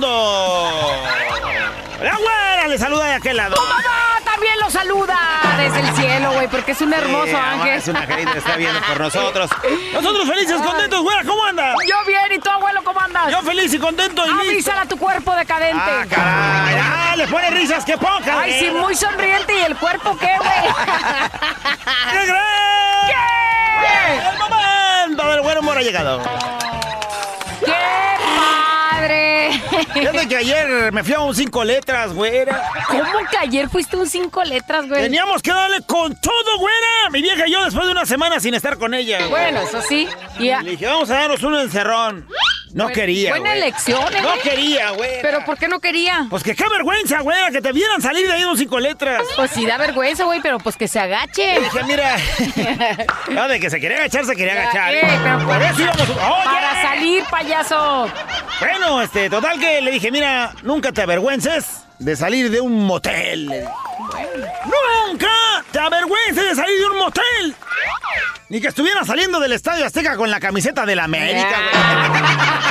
mundo. La güera le saluda de aquel lado. ¡Tu mamá también lo saluda desde el cielo, güey! Porque es un hermoso ángel. Es un angelito que está viendo por nosotros. Nosotros felices, contentos, güera, ¿cómo andas? Yo bien, ¿y tú, abuelo, cómo andas? Yo feliz y contento y listo. Avísala a tu cuerpo decadente. Ah, caray. Ah, le pone risas, qué poca. Ay, sí, muy sonriente. ¿Y el cuerpo qué, güey? ¡Qué gran! ¿Qué? El momento del buen humor ha llegado. ¡Qué padre! Fíjate que ayer me fui a un 5 letras, güera. ¿Cómo que ayer fuiste un 5 letras, güey? Teníamos que darle con todo, güera. Mi vieja y yo después de una semana sin estar con ella. Bueno, eso sí. Le dije, vamos a darnos un encerrón. No quería, Buena güey. elección, ¿eh? No quería, güey. ¿Pero por qué no quería? Pues que qué vergüenza, güey, que te vieran salir de ahí un 5 letras. Pues sí da vergüenza, güey, pero pues que se agache. Le dije, mira, no, de que se quería agachar, se quería agachar. Pero por eso íbamos... ¡Oye! Para salir, payaso. Bueno, total que le dije, mira, nunca te avergüences de salir de un motel. ¡Nunca te avergüences de salir de un motel! Ni que estuviera saliendo del Estadio Azteca con la camiseta de la América, güey.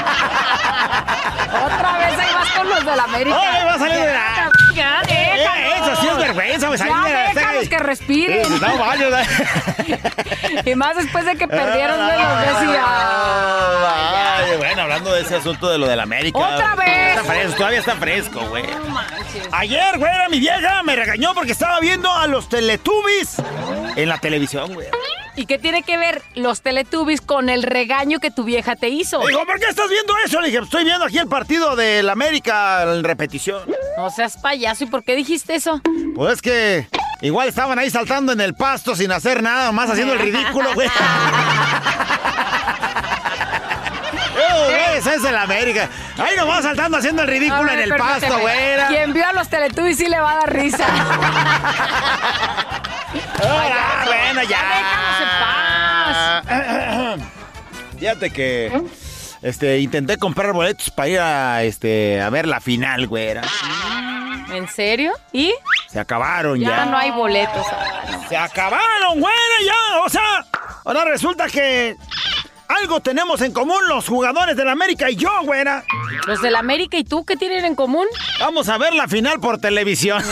Otra vez ahí vas con los de la América. ¡Ay, va a salir de la... Ya, déjalos. Eso sí es vergüenza, güey, salir de la Azteca. Déjalos que respiren. No, vaya, Y más después de que perdieron de los decía. Ay, bueno, hablando de ese asunto de lo de la América. ¡Otra vez! Está fresco, todavía está fresco, güey. No manches. Ayer, güey, mi vieja me regañó porque estaba viendo a los Teletubbies en la televisión, güey. ¿Y qué tiene que ver los Teletubbies con el regaño que tu vieja te hizo? Digo, ¿por qué estás viendo eso? Le dije, estoy viendo aquí el partido del América en repetición. No seas payaso, ¿y por qué dijiste eso? Pues es que igual estaban ahí saltando en el pasto sin hacer nada, más haciendo el ridículo, güey. Ese es el América. Ahí nomás saltando haciendo el ridículo en el pasto, güey. Quien vio a los Teletubbies sí le va a dar risa. Ahora, bueno, ya. Déjanos en paz. Fíjate que intenté comprar boletos para ir a ver la final, güera. ¿En serio? ¿Y? Se acabaron ya. Ya no hay boletos. Se acabaron, güera, ya. O sea, ahora resulta que algo tenemos en común los jugadores del América y yo, güera. ¿Los del América y tú qué tienen en común? Vamos a ver la final por televisión.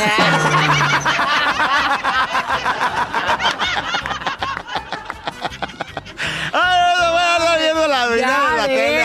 Viendo la final en la tele.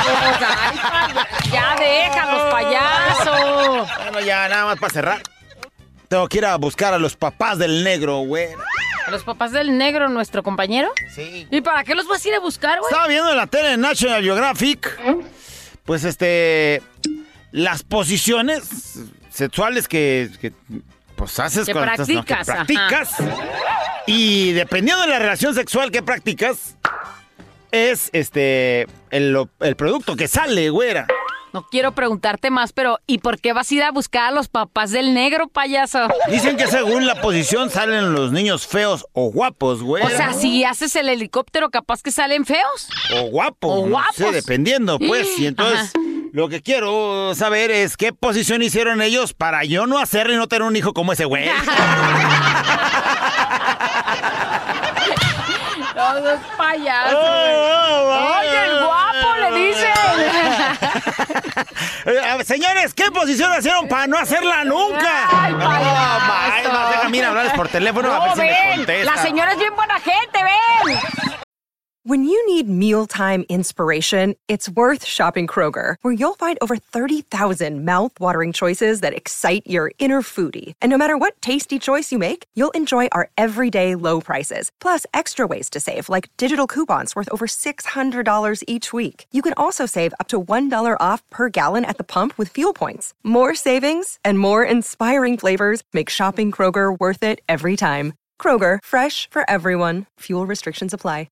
Ya déjalos, payaso. Bueno, ya nada más para cerrar. Tengo que ir a buscar a los papás del negro, güey. ¿A los papás del negro, nuestro compañero? Sí. ¿Y para qué los vas a ir a buscar, güey? Estaba viendo en la tele National Geographic, pues las posiciones sexuales que pues haces que cuando practicas. que practicas. Y dependiendo de la relación sexual que practicas, es el producto que sale, güera. No quiero preguntarte más, pero ¿y por qué vas a ir a buscar a los papás del negro, payaso? Dicen que según la posición salen los niños feos o guapos, güey. O sea, si haces el helicóptero, capaz que salen feos. O guapos. O guapos. No sé, dependiendo, pues. Y entonces, lo que quiero saber es qué posición hicieron ellos para yo no hacerle y no tener un hijo como ese güey. Todos payasos. Oye, el guapo, le dicen. Señores, ¿qué posición hicieron para no hacerla nunca? Ay, payaso. No, déjame ir a hablarles por teléfono a ver si me contestan. La señora es bien buena gente, ven. When you need mealtime inspiration, it's worth shopping Kroger, where you'll find over 30,000 mouth-watering choices that excite your inner foodie. And no matter what tasty choice you make, you'll enjoy our everyday low prices, plus extra ways to save, like digital coupons worth over $600 each week. You can also save up to $1 off per gallon at the pump with fuel points. More savings and more inspiring flavors make shopping Kroger worth it every time. Kroger, fresh for everyone. Fuel restrictions apply.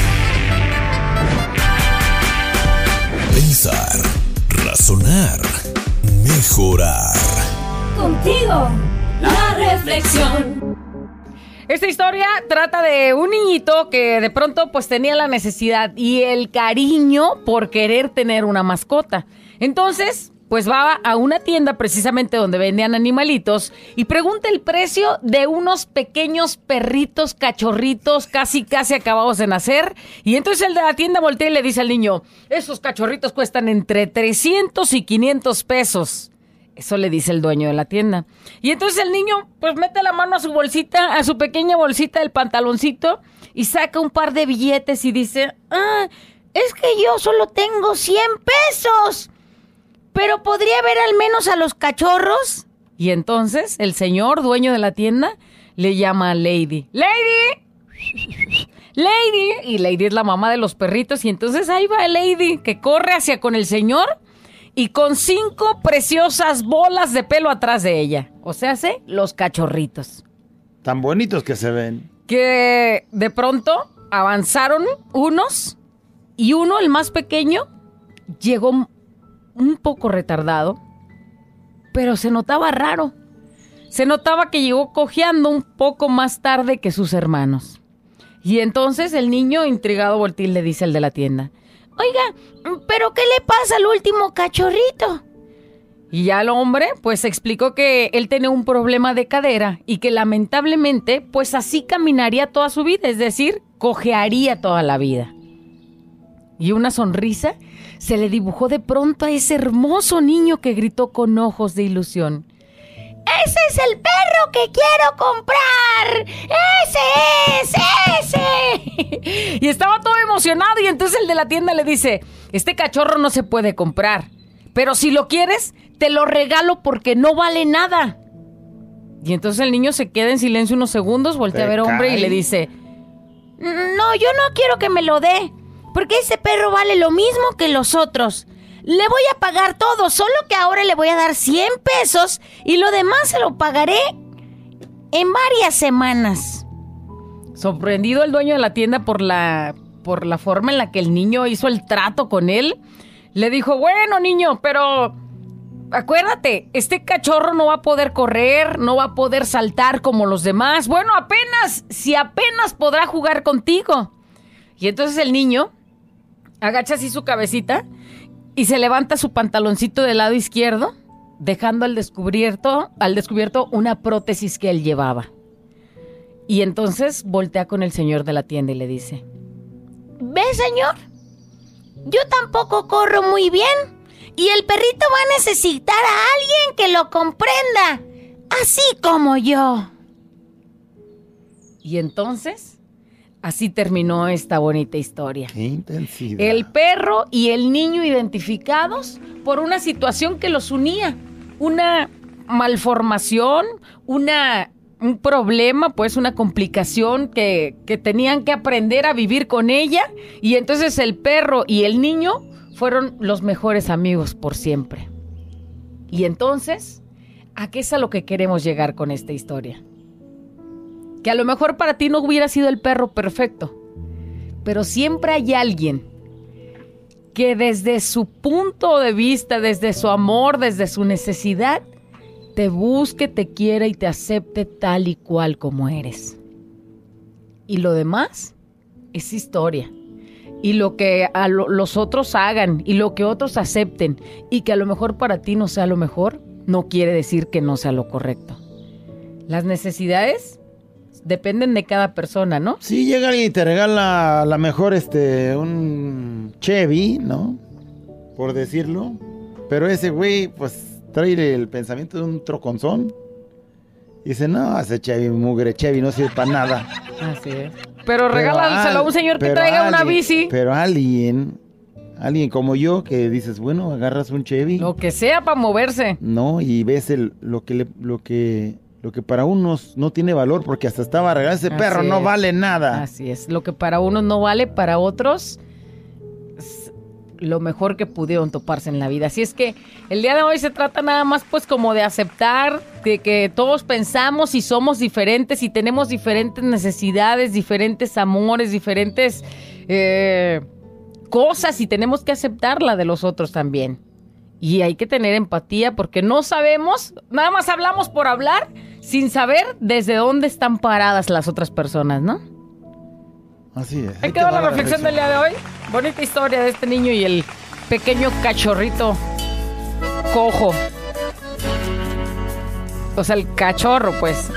Pensar, razonar, mejorar. Contigo, la reflexión. Esta historia trata de un niñito que de pronto pues tenía la necesidad y el cariño por querer tener una mascota. Entonces pues va a una tienda precisamente donde vendían animalitos y pregunta el precio de unos pequeños perritos, cachorritos, casi acabados de nacer. Y entonces el de la tienda voltea y le dice al niño, esos cachorritos cuestan entre 300 y 500 pesos. Eso le dice el dueño de la tienda. Y entonces el niño pues mete la mano a su bolsita, a su pequeña bolsita del pantaloncito y saca un par de billetes y dice, es que yo solo tengo 100 pesos. ¿Pero podría ver al menos a los cachorros? Y entonces el señor, dueño de la tienda, le llama a Lady. ¡Lady! ¡Lady! Y Lady es la mamá de los perritos. Y entonces ahí va Lady, que corre hacia con el señor y con 5 preciosas bolas de pelo atrás de ella. O sea, los cachorritos. Tan bonitos que se ven. Que de pronto avanzaron unos y uno, el más pequeño, llegó un poco retardado, pero se notaba raro. Se notaba que llegó cojeando un poco más tarde que sus hermanos. Y entonces el niño, intrigado, voltea y le dice al de la tienda, oiga, ¿pero qué le pasa al último cachorrito? Y ya el hombre, pues explicó que él tenía un problema de cadera y que lamentablemente, pues así caminaría toda su vida, es decir, cojearía toda la vida. Y una sonrisa se le dibujó de pronto a ese hermoso niño que gritó con ojos de ilusión. ¡Ese es el perro que quiero comprar! ¡Ese! Y estaba todo emocionado y entonces el de la tienda le dice, este cachorro no se puede comprar, pero si lo quieres, te lo regalo porque no vale nada. Y entonces el niño se queda en silencio unos segundos, voltea a ver al hombre y le dice, no, yo no quiero que me lo dé. Porque ese perro vale lo mismo que los otros. Le voy a pagar todo, solo que ahora le voy a dar 100 pesos y lo demás se lo pagaré en varias semanas. Sorprendido el dueño de la tienda por la forma en la que el niño hizo el trato con él, le dijo, bueno, niño, pero acuérdate, este cachorro no va a poder correr, no va a poder saltar como los demás. Bueno, apenas podrá jugar contigo. Y entonces el niño agacha así su cabecita y se levanta su pantaloncito del lado izquierdo, dejando al descubierto una prótesis que él llevaba. Y entonces voltea con el señor de la tienda y le dice, ¿ve, señor? Yo tampoco corro muy bien y el perrito va a necesitar a alguien que lo comprenda, así como yo. Y entonces así terminó esta bonita historia. ¡Qué intensidad! El perro y el niño identificados por una situación que los unía. Una malformación, un problema, pues una complicación que tenían que aprender a vivir con ella. Y entonces el perro y el niño fueron los mejores amigos por siempre. Y entonces, ¿a qué es a lo que queremos llegar con esta historia? Que a lo mejor para ti no hubiera sido el perro perfecto, pero siempre hay alguien que desde su punto de vista, desde su amor, desde su necesidad, te busque, te quiera y te acepte tal y cual como eres. Y lo demás es historia. Y lo que los otros hagan y lo que otros acepten y que a lo mejor para ti no sea lo mejor, no quiere decir que no sea lo correcto. Las necesidades dependen de cada persona, ¿no? Sí, llega alguien y te regala a lo mejor un Chevy, ¿no? Por decirlo. Pero ese güey, pues, trae el pensamiento de un troconzón. Y dice, no, ese Chevy, mugre Chevy, no sirve para nada. Así es. Pero regálaselo a un señor que traiga una bici. Pero alguien como yo, que dices, bueno, agarras un Chevy. Lo que sea para moverse. No, y ves lo que para unos no tiene valor, porque hasta estaba regalado, ese perro no vale nada. Así es, lo que para unos no vale, para otros es lo mejor que pudieron toparse en la vida. Así es que el día de hoy se trata nada más pues como de aceptar de que todos pensamos y somos diferentes y tenemos diferentes necesidades, diferentes amores, diferentes cosas y tenemos que aceptar la de los otros también. Y hay que tener empatía porque no sabemos, nada más hablamos por hablar sin saber desde dónde están paradas las otras personas, ¿no? Así es. Ahí quedó la reflexión del día de hoy. Bonita historia de este niño y el pequeño cachorrito. cojo. O sea, el cachorro, pues.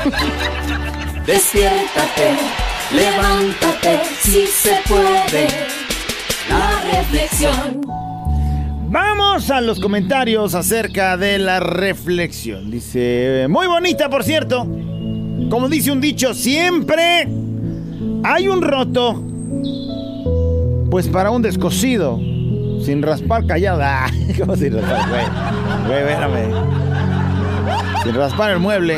Despiértate, levántate, si se puede. La reflexión. Vamos a los comentarios acerca de la reflexión. Dice, muy bonita, por cierto. Como dice un dicho, siempre hay un roto, pues para un descosido. Sin raspar callada. ¿Cómo sin raspar, güey? Espérame. Sin raspar el mueble.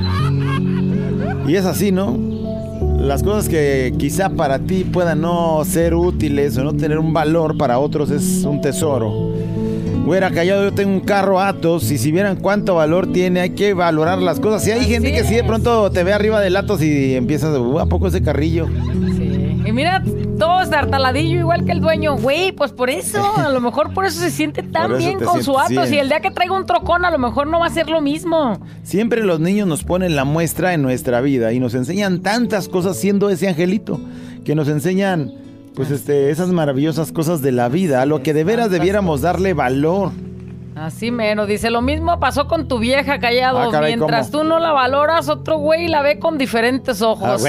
Y es así, ¿no? Las cosas que quizá para ti puedan no ser útiles o no tener un valor, para otros es un tesoro. Güera callado, yo tengo un carro Atos y si vieran cuánto valor tiene, hay que valorar las cosas. Si hay gente que sí de pronto te ve arriba del Atos y empiezas, ¿a poco ese carrillo? Sí. Y mira, todo estartaladillo igual que el dueño. Güey, pues por eso, a lo mejor por eso se siente tan bien con su Atos. Y el día que traiga un trocón, a lo mejor no va a ser lo mismo. Siempre los niños nos ponen la muestra en nuestra vida y nos enseñan tantas cosas siendo ese angelito, que nos enseñan pues esas maravillosas cosas de la vida, a lo que de veras debiéramos darle valor. Así mero, dice, lo mismo pasó con tu vieja, callado. Ah, caray, mientras ¿cómo? tú no la valoras, otro güey la ve con diferentes ojos.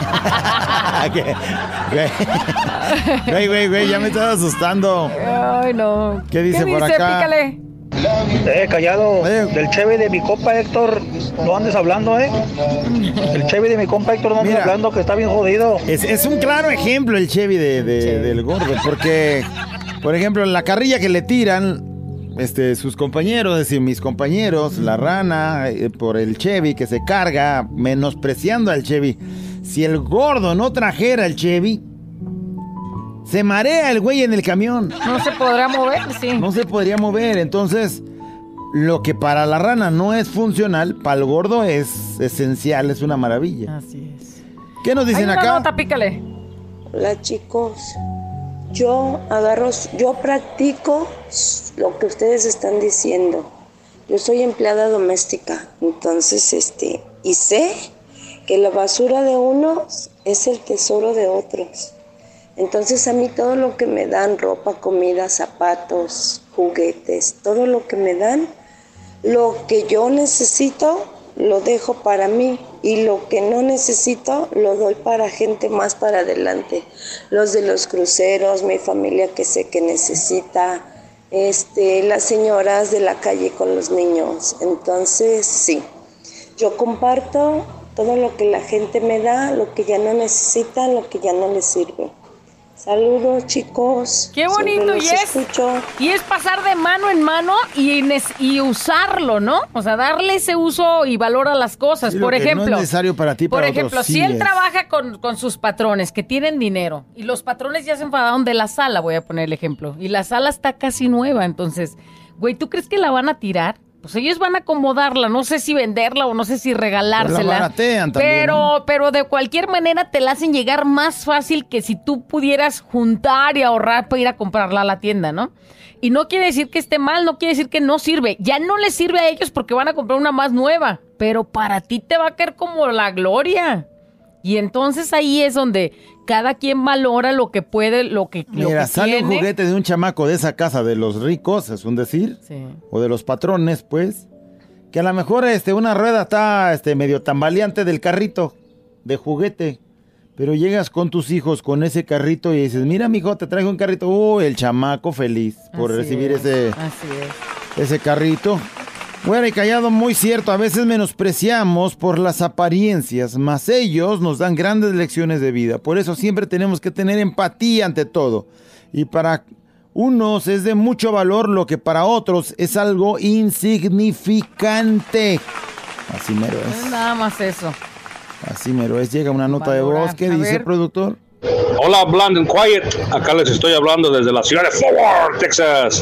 Güey, ya me estás asustando. Ay, no. ¿Qué dice por acá? Pícale. Callado, del Chevy de mi compa Héctor, no andes hablando, El Chevy de mi compa Héctor, no andes hablando, que está bien jodido. Es un claro ejemplo el Chevy del gordo, porque, por ejemplo, en la carrilla que le tiran sus compañeros, es decir, mis compañeros, la rana, por el Chevy que se carga, menospreciando al Chevy. Si el gordo no trajera el Chevy, se marea el güey en el camión. No se podrá mover, sí. No se podría mover. Entonces, lo que para la rana no es funcional, para el gordo es esencial, es una maravilla. Así es. ¿Qué nos dicen acá? Nota, pícale. Hola, chicos. Yo practico lo que ustedes están diciendo. Yo soy empleada doméstica, entonces, y sé que la basura de unos es el tesoro de otros. Entonces a mí todo lo que me dan, ropa, comida, zapatos, juguetes, todo lo que me dan, lo que yo necesito lo dejo para mí y lo que no necesito lo doy para gente más para adelante. Los de los cruceros, mi familia que sé que necesita, las señoras de la calle con los niños. Entonces sí, yo comparto todo lo que la gente me da, lo que ya no necesita, lo que ya no les sirve. Saludos, chicos. Qué bonito, y es pasar de mano en mano y usarlo, ¿no? O sea, darle ese uso y valor a las cosas. Sí, por ejemplo, no es necesario para ti, para por ejemplo, otros, si él trabaja con sus patrones que tienen dinero y los patrones ya se enfadaron de la sala, voy a poner el ejemplo, y la sala está casi nueva, entonces, güey, ¿tú crees que la van a tirar? Pues ellos van a acomodarla, no sé si venderla o no sé si regalársela. Pero la baratean también, pero de cualquier manera te la hacen llegar más fácil que si tú pudieras juntar y ahorrar para ir a comprarla a la tienda, ¿no? Y no quiere decir que esté mal, no quiere decir que no sirve. Ya no les sirve a ellos porque van a comprar una más nueva, pero para ti te va a caer como la gloria. Y entonces ahí es donde cada quien valora lo que puede, lo que sale tiene. Un juguete de un chamaco de esa casa de los ricos, es un decir, sí, o de los patrones, pues, que a lo mejor una rueda está medio tambaleante del carrito de juguete, pero llegas con tus hijos con ese carrito y dices, mira, mijo, te traigo un carrito. El chamaco feliz por recibir ese carrito. Bueno, y callado, muy cierto, a veces menospreciamos por las apariencias, mas ellos nos dan grandes lecciones de vida. Por eso siempre tenemos que tener empatía ante todo. Y para unos es de mucho valor lo que para otros es algo insignificante. Así mero es. No es nada más eso. Así mero es. Llega una nota de voz. ¿Qué dice, productor? Hola, Bland and Quiet. Acá les estoy hablando desde la ciudad de Fort Worth, Texas.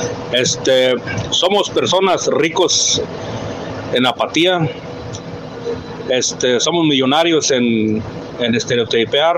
Somos personas ricos en apatía. Somos millonarios en estereotipear.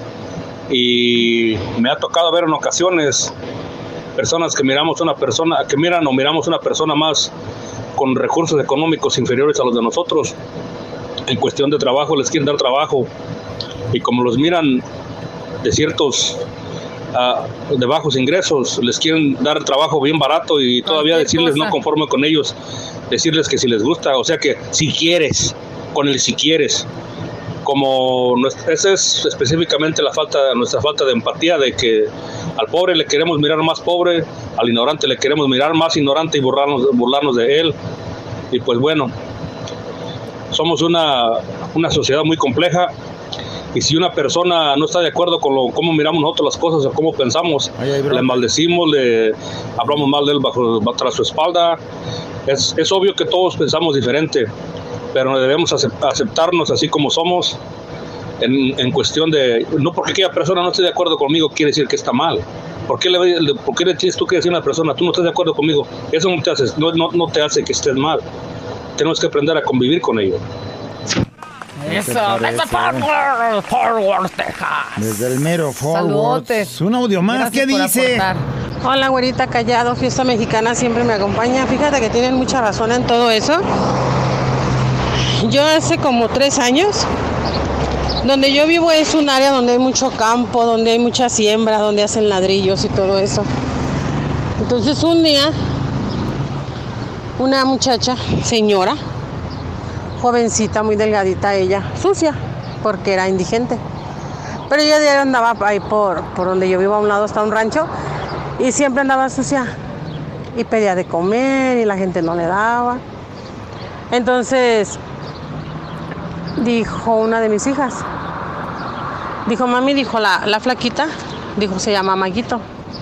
Y me ha tocado ver en ocasiones personas que miramos una persona más con recursos económicos inferiores a los de nosotros. En cuestión de trabajo les quieren dar trabajo, y como los miran de ciertos de bajos ingresos, les quieren dar el trabajo bien barato y todavía decirles no conforme con ellos, decirles que si les gusta, o sea que si quieres, con el si quieres. Como esa es específicamente nuestra falta de empatía, de que al pobre le queremos mirar más pobre, al ignorante le queremos mirar más ignorante y burlarnos de él. Y pues bueno, somos una sociedad muy compleja, y si una persona no está de acuerdo con cómo miramos nosotros las cosas o cómo pensamos, le maldecimos, le hablamos mal de él tras su espalda. Es obvio que todos pensamos diferente, pero debemos aceptarnos así como somos, en cuestión de, no porque aquella persona no esté de acuerdo conmigo quiere decir que está mal. ¿Por qué le tienes tú que decir a una persona, tú no estás de acuerdo conmigo? Eso no te hace que estés mal. Tenemos que aprender a convivir con ello. Eso, desde Fort Worth, Texas. Desde el mero Fort Saludotes. Worth. Un audio más, ¿qué dice? Hola, güerita Callado, Fiesta Mexicana siempre me acompaña. Fíjate que tienen mucha razón en todo eso. Yo hace como 3 años, donde yo vivo es un área donde hay mucho campo, donde hay mucha siembra, donde hacen ladrillos y todo eso. Entonces un día, una muchacha, señora, jovencita, muy delgadita ella, sucia, porque era indigente. Pero ella diario andaba ahí por donde yo vivo, a un lado está un rancho, y siempre andaba sucia. Y pedía de comer y la gente no le daba. Entonces dijo una de mis hijas, dijo, mami, dijo la flaquita, dijo, se llama Maguito.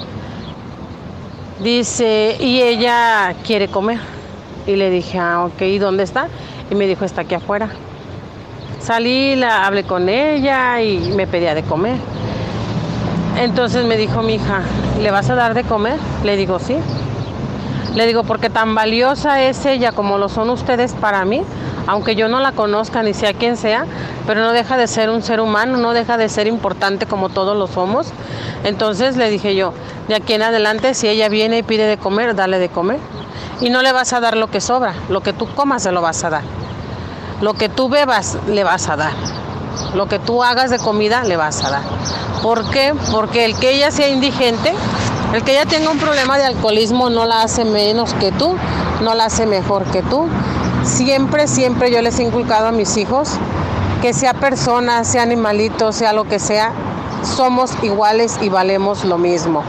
Dice, y ella quiere comer. Y le dije, ok, ¿y dónde está? Y me dijo, está aquí afuera. Salí, hablé con ella y me pedía de comer. Entonces me dijo mi hija, ¿le vas a dar de comer? Le digo, sí. Le digo, porque tan valiosa es ella como lo son ustedes para mí, aunque yo no la conozca ni sea quien sea, pero no deja de ser un ser humano, no deja de ser importante como todos lo somos. Entonces le dije yo, de aquí en adelante, si ella viene y pide de comer, dale de comer. Y no le vas a dar lo que sobra, lo que tú comas se lo vas a dar. Lo que tú bebas, le vas a dar. Lo que tú hagas de comida, le vas a dar. ¿Por qué? Porque el que ella sea indigente, el que ella tenga un problema de alcoholismo no la hace menos que tú, no la hace mejor que tú. Siempre, siempre yo les he inculcado a mis hijos que sea persona, sea animalito, sea lo que sea, somos iguales y valemos lo mismo.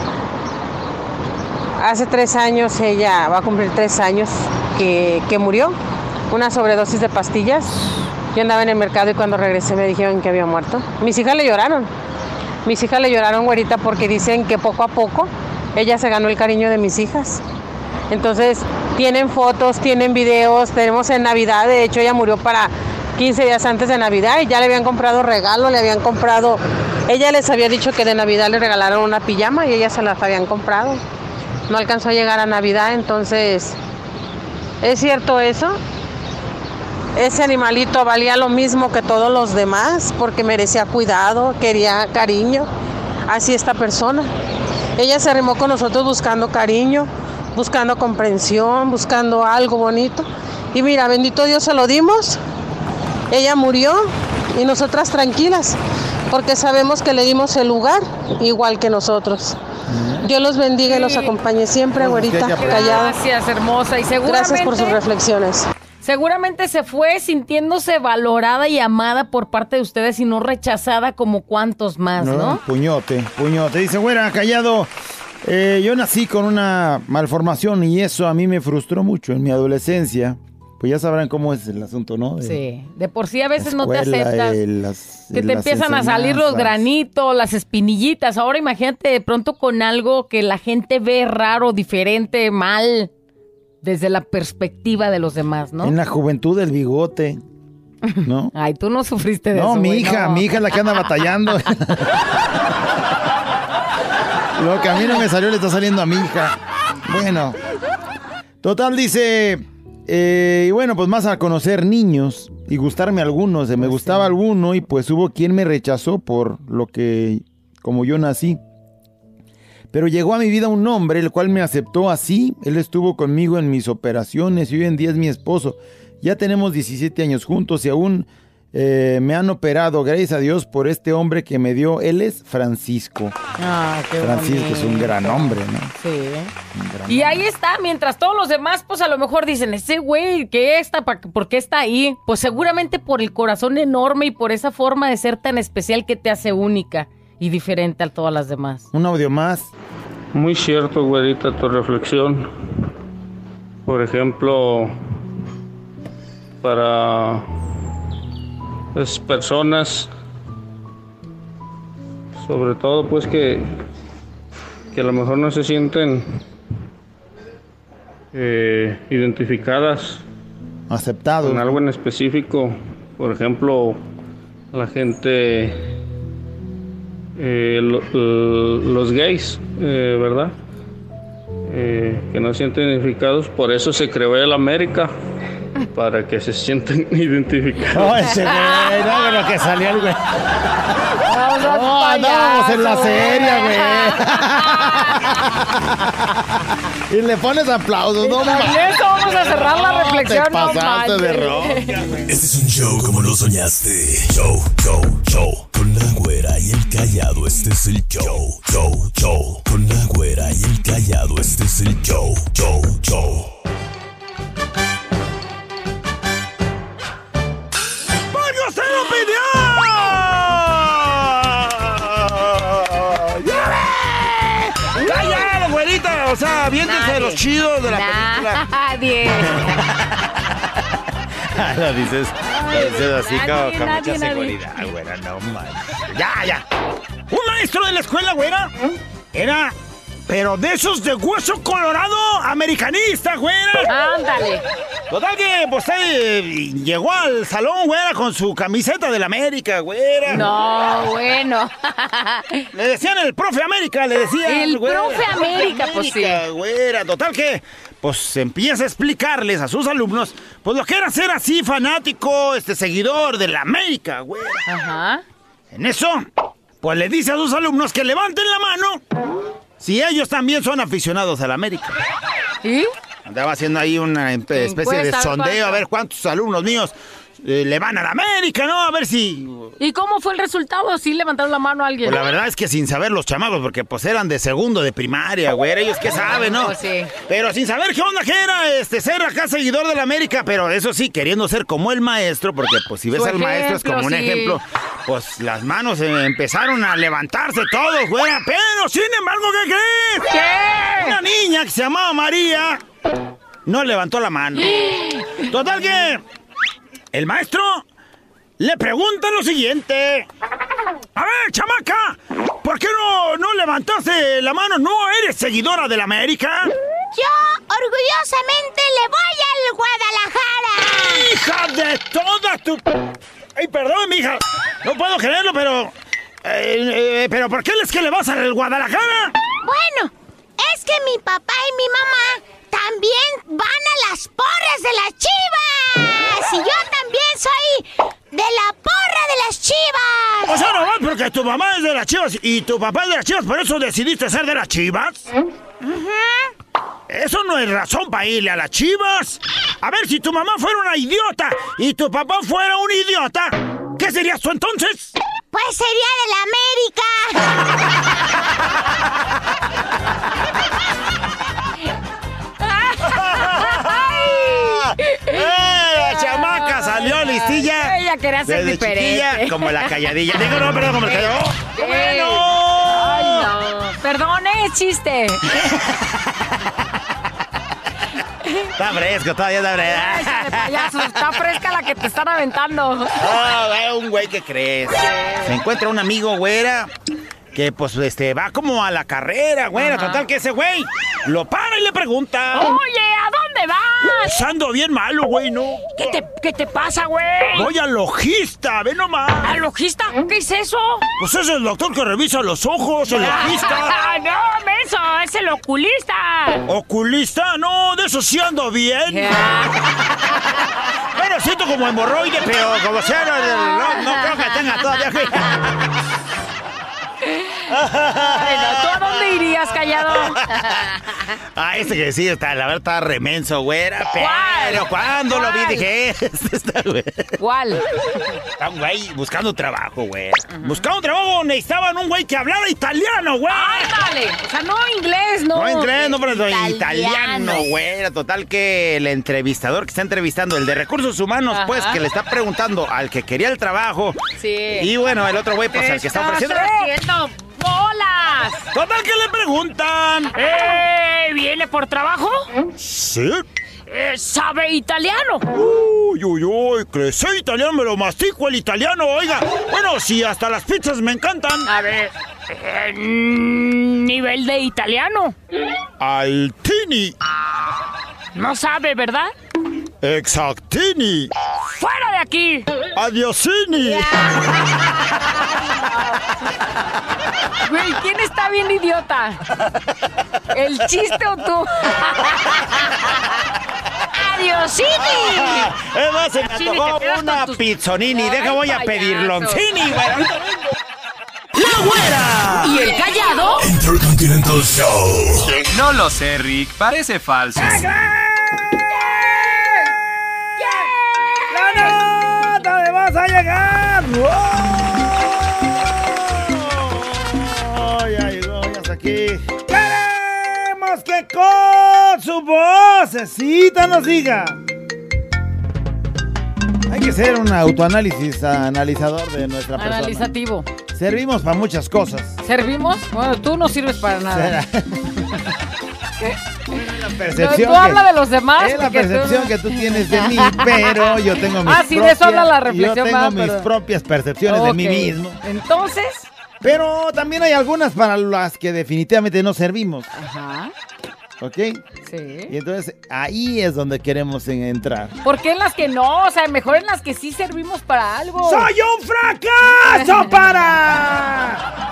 Hace 3 años, ella va a cumplir 3 años que murió, una sobredosis de pastillas. Yo andaba en el mercado y cuando regresé me dijeron que había muerto. Mis hijas le lloraron, güerita, porque dicen que poco a poco ella se ganó el cariño de mis hijas. Entonces, tienen fotos, tienen videos, tenemos en Navidad, de hecho ella murió para 15 días antes de Navidad y ya le habían comprado regalo, ella les había dicho que de Navidad le regalaron una pijama y ellas se las habían comprado. No alcanzó a llegar a Navidad, entonces, ¿es cierto eso? Ese animalito valía lo mismo que todos los demás porque merecía cuidado, quería cariño. Así esta persona. Ella se arrimó con nosotros buscando cariño, buscando comprensión, buscando algo bonito. Y mira, bendito Dios, se lo dimos. Ella murió y nosotras tranquilas porque sabemos que le dimos el lugar igual que nosotros. Dios los bendiga y los acompañe siempre, güerita Callado. Gracias, hermosa. Y seguramente, gracias por sus reflexiones. Seguramente se fue sintiéndose valorada y amada por parte de ustedes y no rechazada como cuantos más, ¿no? Puñote. Dice, güera Callado, yo nací con una malformación y eso a mí me frustró mucho en mi adolescencia. Pues ya sabrán cómo es el asunto, ¿no? Sí, de por sí a veces no te aceptas. Que te empiezan a salir los granitos, las espinillitas. Ahora imagínate de pronto con algo que la gente ve raro, diferente, mal, desde la perspectiva de los demás, ¿no? En la juventud del bigote, ¿no? Ay, tú no sufriste de eso. No, mi hija es la que anda batallando. Lo que a mí no me salió le está saliendo a mi hija. Bueno, total, dice... y bueno, pues más a conocer niños y gustarme algunos. Me gustaba alguno y pues hubo quien me rechazó por lo que, como yo nací. Pero llegó a mi vida un hombre, el cual me aceptó así. Él estuvo conmigo en mis operaciones y hoy en día es mi esposo. Ya tenemos 17 años juntos y aún Me han operado, gracias a Dios, por este hombre que me dio. Él es Francisco. Ah, qué Francisco bonito. es un gran hombre, ¿no? Sí. Y ahí está, mientras todos los demás, pues a lo mejor dicen, ese güey, ¿por qué está ahí? Pues seguramente por el corazón enorme y por esa forma de ser tan especial que te hace única y diferente a todas las demás. Un audio más. Muy cierto, güerita, tu reflexión. Por ejemplo, para las personas, sobre todo pues que a lo mejor no se sienten identificadas, aceptados con algo en específico. Por ejemplo, la gente, los gays, ¿verdad? Que no se sienten identificados, por eso se creó el América, para que se sientan identificados. Oh, ese güey, no, lo que salió el güey. No, andábamos en la serie, güey. Y le pones aplausos, no mames. Con eso vamos a cerrar la reflexión, te pasaste no de roca, güey. Este es un show como lo soñaste. Show. Con la güera y el callado, este es el show. Con la güera y el callado, este es el show. ¡Porque usted lo pidió! ¡Cállalo, güerita! O sea, viéndose de los chidos de la película. Nadie. Lo dices así con mucha nadie. seguridad, güera, no manches. Ya. Un maestro de la escuela, güera, era, pero de esos de hueso colorado, americanista, güera. Ándale. Total que, pues, llegó al salón, güera, con su camiseta del América, güera. No, bueno. Le decían el profe América, le decían. El güera, profe América, pues sí. Güera, total que, pues, empieza a explicarles a sus alumnos, pues, lo que era ser así fanático, seguidor de la América, güera. Ajá. En eso, pues, le dice a sus alumnos que levanten la mano si ellos también son aficionados a la América. ¿Y? Andaba haciendo ahí una especie de sondeo, a ver cuántos alumnos míos le van a la América, ¿no? A ver si... ¿Y cómo fue el resultado? ¿Sí levantaron la mano a alguien? Pues la verdad es que sin saber los chamacos, porque pues eran de segundo de primaria, güey, ellos qué saben, ¿no? Pues sí. Pero sin saber qué onda que era ser acá seguidor de la América, pero eso sí, queriendo ser como el maestro, porque pues si ves al maestro es como un ejemplo, pues las manos empezaron a levantarse todos, güey, pero sin embargo, ¿qué crees? ¿Qué? Una niña que se llamaba María no levantó la mano. Total que el maestro le pregunta lo siguiente. A ver, chamaca, ¿por qué no levantaste la mano? ¿No eres seguidora de la América? Yo, orgullosamente, le voy al Guadalajara. ¡Hija de toda tu... Ay, perdón, mija. No puedo creerlo, pero... ¿Pero por qué es que le vas al Guadalajara? Bueno, es que mi papá y mi mamá también van a las porras de las Chivas. Y yo también soy de la porra de las Chivas. O sea, nomás porque tu mamá es de las Chivas y tu papá es de las Chivas, ¿por eso decidiste ser de las Chivas? Eso no es razón para irle a las Chivas. A ver, si tu mamá fuera una idiota y tu papá fuera un idiota, ¿qué serías tú entonces? Pues sería de la América. La chamaca salió listilla. Ella quería ser desde diferente. Chiquilla, como la calladilla. Digo, no, perdón, como el callado. ¡Bueno! Ay, no. Perdón, es chiste. Está fresco, todavía está fresco. Échale, payaso, está fresca la que te están aventando. Un güey que crees. Se encuentra un amigo, güera, que pues va como a la carrera, güera. Ajá. Total que ese güey lo para y le pregunta. Oye, ¿a dónde vas? Pues ando bien malo, güey, ¿no? ¿Qué te pasa, güey? Voy al logista, ve nomás. ¿Al logista? ¿Qué es eso? Pues es el doctor que revisa los ojos, el logista. No, menso, es el oculista. ¿Oculista? No, de eso sí ando bien. Bueno, siento como hemorroide, pero como sea, no creo que tenga todavía. Bueno, ¿tú a dónde dirías, Callado? Ese que sí, la verdad está remenso, güera. Pero cuando lo vi dije, este está, güey. ¿Cuál? Está un güey buscando trabajo, güey. Buscando trabajo, necesitaban un güey que hablara italiano, güey. Ándale. O sea, no inglés, no. No inglés, no, pero italiano, güey. Total que el entrevistador que está entrevistando, el de recursos humanos, pues, que le está preguntando al que quería el trabajo. Sí. Y bueno, el otro güey, pues, al que está ofreciendo. ¡Bolas! Total que le preguntan. ¿Viene por trabajo? Sí. ¿Sabe italiano? Uy, crecí italiano, me lo mastico el italiano, oiga. Bueno, sí, hasta las pizzas me encantan. A ver, nivel de italiano. Altini. No sabe, ¿verdad? Exactini. ¡Fuera de aquí! Adiosini. Güey, ¿quién está bien idiota? ¿El chiste o tú? ¡Adiosini! Es más, se me antojó una pizzonini. Deja, voy a pedir loncini, güey. ¡La güera! ¿Y el Callado? Intercontinental Show. No lo sé, Rick. Parece falso. ¡La nota de vas a llegar! Ya llegó, ya está aquí. ¡Queremos que con su vocecita nos diga! Hay que ser un autoanálisis, analizador de nuestra persona. Analizativo. Servimos para muchas cosas. ¿Servimos? Bueno, tú no sirves para nada. La percepción tú habla de los demás. Es la percepción que tú tienes de mí, pero yo tengo mis sí, de eso habla la reflexión. Yo tengo mis propias percepciones de mí mismo. Entonces... Pero también hay algunas para las que definitivamente no servimos. Ajá. ¿Ok? Sí. Y entonces ahí es donde queremos entrar. ¿Por qué en las que no? O sea, mejor en las que sí servimos para algo. ¡Soy un fracaso para!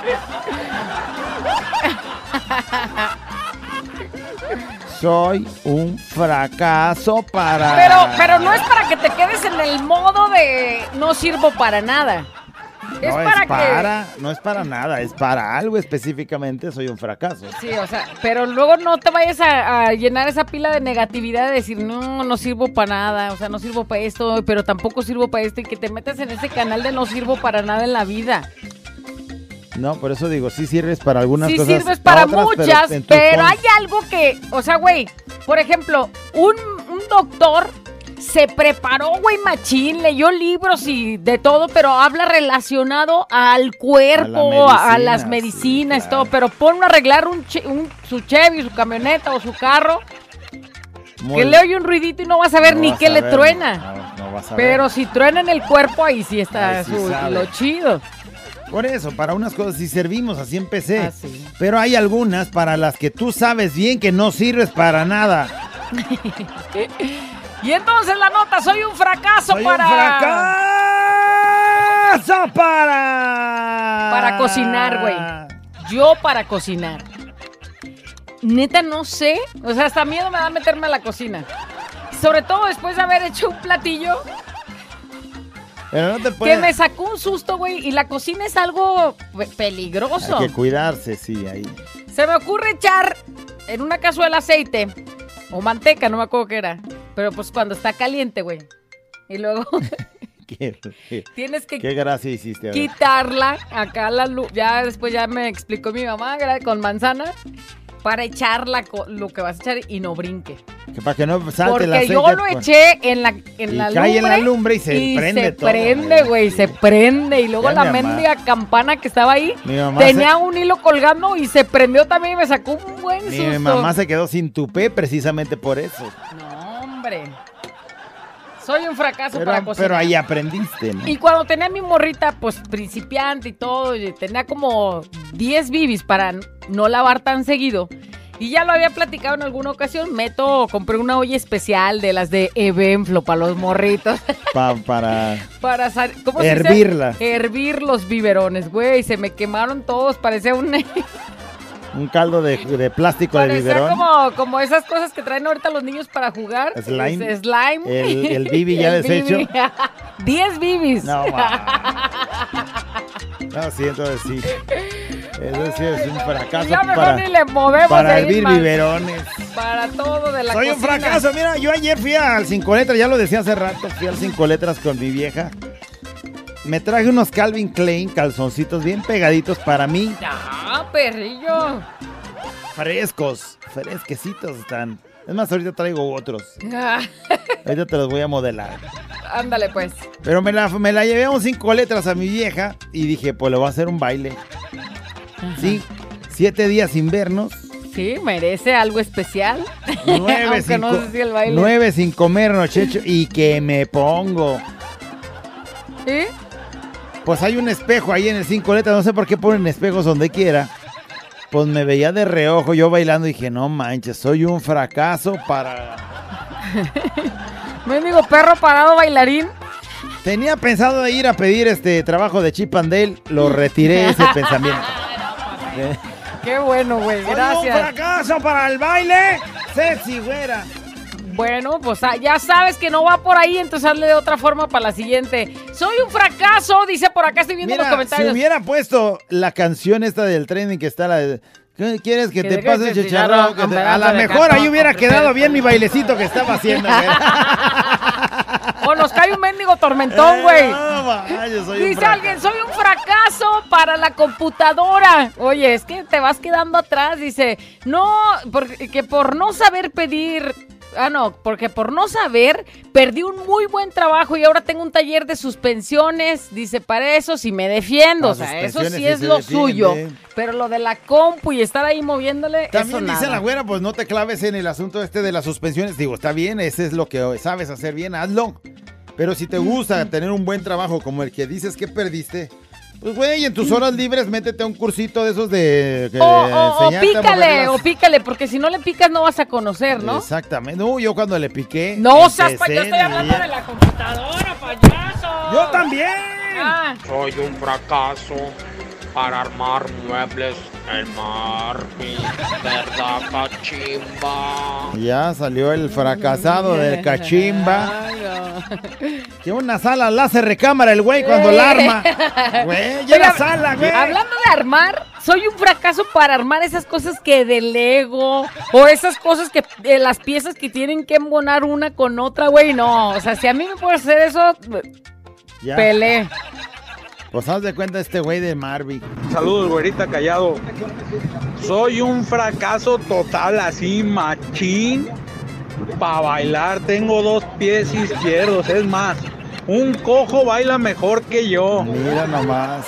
Soy un fracaso para... Pero no es para que te quedes en el modo de no sirvo para nada. No es para nada, es para algo específicamente, soy un fracaso. Sí, o sea, pero luego no te vayas a llenar esa pila de negatividad de decir, no sirvo para nada, o sea, no sirvo para esto, pero tampoco sirvo para esto, y que te metas en ese canal de no sirvo para nada en la vida. No, por eso digo, sí sirves para algunas cosas. Sí sirves para otras, muchas, pero hay algo que, o sea, güey, por ejemplo, un doctor... Se preparó, güey, machín, leyó libros y de todo, pero habla relacionado al cuerpo, a las medicinas, sí, claro. Todo. Pero ponlo a arreglar su Chevy, su camioneta o su carro, que le oye un ruidito y no vas a ver ni qué le truena. No vas a ver. Pero si truena en el cuerpo, ahí sí está lo chido. Por eso, para unas cosas sí servimos, así empecé. Sí. Pero hay algunas para las que tú sabes bien que no sirves para nada. Y entonces la nota, soy un fracaso ¡Un fracaso para cocinar, güey. Yo para cocinar. Neta no sé, o sea, hasta miedo me da meterme a la cocina. Sobre todo después de haber hecho un platillo pero no te puedes... que me sacó un susto, güey, y la cocina es algo peligroso. Hay que cuidarse, sí, ahí. Se me ocurre echar en una cazuela aceite o manteca, no me acuerdo qué era. Pero pues cuando está caliente, güey. Y luego tienes que qué gracia hiciste, quitarla acá la luz. Ya después ya me explicó mi mamá, con manzana, para echarla lo que vas a echar y no brinque. Que para que no salte el aceite. Porque yo lo eché en la lumbre. Cae en la lumbre y se prende todo. Se prende, güey, se prende. Y luego ya la mendiga campana que estaba ahí tenía un hilo colgando y se prendió también y me sacó un buen susto. Mi mamá se quedó sin tupé precisamente por eso. No, hombre. Soy un fracaso para cocinar. Pero ahí aprendiste, ¿no? Y cuando tenía mi morrita, pues principiante y todo, y tenía como 10 bibis para no lavar tan seguido. Y ya lo había platicado en alguna ocasión. Compré una olla especial de las de Evenflo para los morritos. Para ¿cómo hervirla. Se dice? Hervir los biberones, güey. Se me quemaron todos, parecía un caldo de plástico de biberón. Como esas cosas que traen ahorita los niños para jugar. Slime. Slime. El bibi ya deshecho. 10 bibis. No, sí, entonces sí. Eso sí es un fracaso. Ya mejor ni le movemos. Para hervir biberones. Para todo de la Soy cocina. un fracaso. Mira, yo ayer fui al 5 letras, ya lo decía hace rato, fui al 5 letras con mi vieja. Me traje unos Calvin Klein calzoncitos bien pegaditos para mí. Ah, perrillo. Fresquecitos están. Es más, ahorita traigo otros. Ah. Ahorita te los voy a modelar. Ándale, pues. Pero me la llevé a un 5 letras a mi vieja y dije, pues le voy a hacer un baile. Ajá. Sí, 7 días sin vernos. Sí, merece algo especial. 9 Aunque sin, no sé si el baile. 9 sin comernos, Checho. Y que me pongo. ¿Sí? Pues hay un espejo ahí en el 5 letras. No sé por qué ponen espejos donde quiera. Pues me veía de reojo yo bailando y dije, no manches, soy un fracaso para... Mendigo perro parado bailarín. Tenía pensado ir a pedir trabajo de Chip and Dale, lo retiré ese pensamiento. Qué bueno, güey, gracias. Soy un fracaso para el baile, sexy, güera. Bueno, pues ya sabes que no va por ahí, entonces hazle de otra forma para la siguiente. Soy un fracaso, dice por acá, estoy viendo Mira, los comentarios. si hubiera puesto la canción esta del trending que está la de... ¿Qué quieres que te pase el chicharrón? A lo mejor ahí hubiera quedado bien mi bailecito que estaba haciendo, güey. O nos cae un mendigo tormentón, güey. Dice alguien, soy un fracaso para la computadora. Oye, es que te vas quedando atrás, dice. No, porque por no saber pedir... porque por no saber, perdí un muy buen trabajo y ahora tengo un taller de suspensiones. Dice, para eso sí me defiendo. O sea, eso sí es lo suyo. Pero lo de la compu y estar ahí moviéndole, también eso dice nada. la güera, pues no te claves en el asunto de las suspensiones. Digo, está bien, ese es lo que sabes hacer bien, hazlo. Pero si te gusta tener un buen trabajo como el que dices que perdiste... Pues, güey, en tus horas libres métete a un cursito de esos de... O pícale, porque si no le picas no vas a conocer, ¿no? Exactamente. No, yo cuando le piqué... No, seas payaso, estoy hablando de la computadora, payaso. ¡Yo también! Soy un fracaso para armar muebles en Marfil, ¿verdad, cachimba? Ya salió el fracasado del cachimba. Que una sala láser recámara el güey cuando la arma. Güey, ya la sala, güey. Hablando de armar, soy un fracaso para armar esas cosas que de Lego o esas cosas que las piezas que tienen que embonar una con otra, güey. No, o sea, si a mí me puede hacer eso, ya. Pelé. Pues haz de cuenta este güey de Marvin. Saludos, güerita Callado. Soy un fracaso total, así machín. Para bailar tengo 2 pies izquierdos. Es más, un cojo baila mejor que yo. Mira nomás.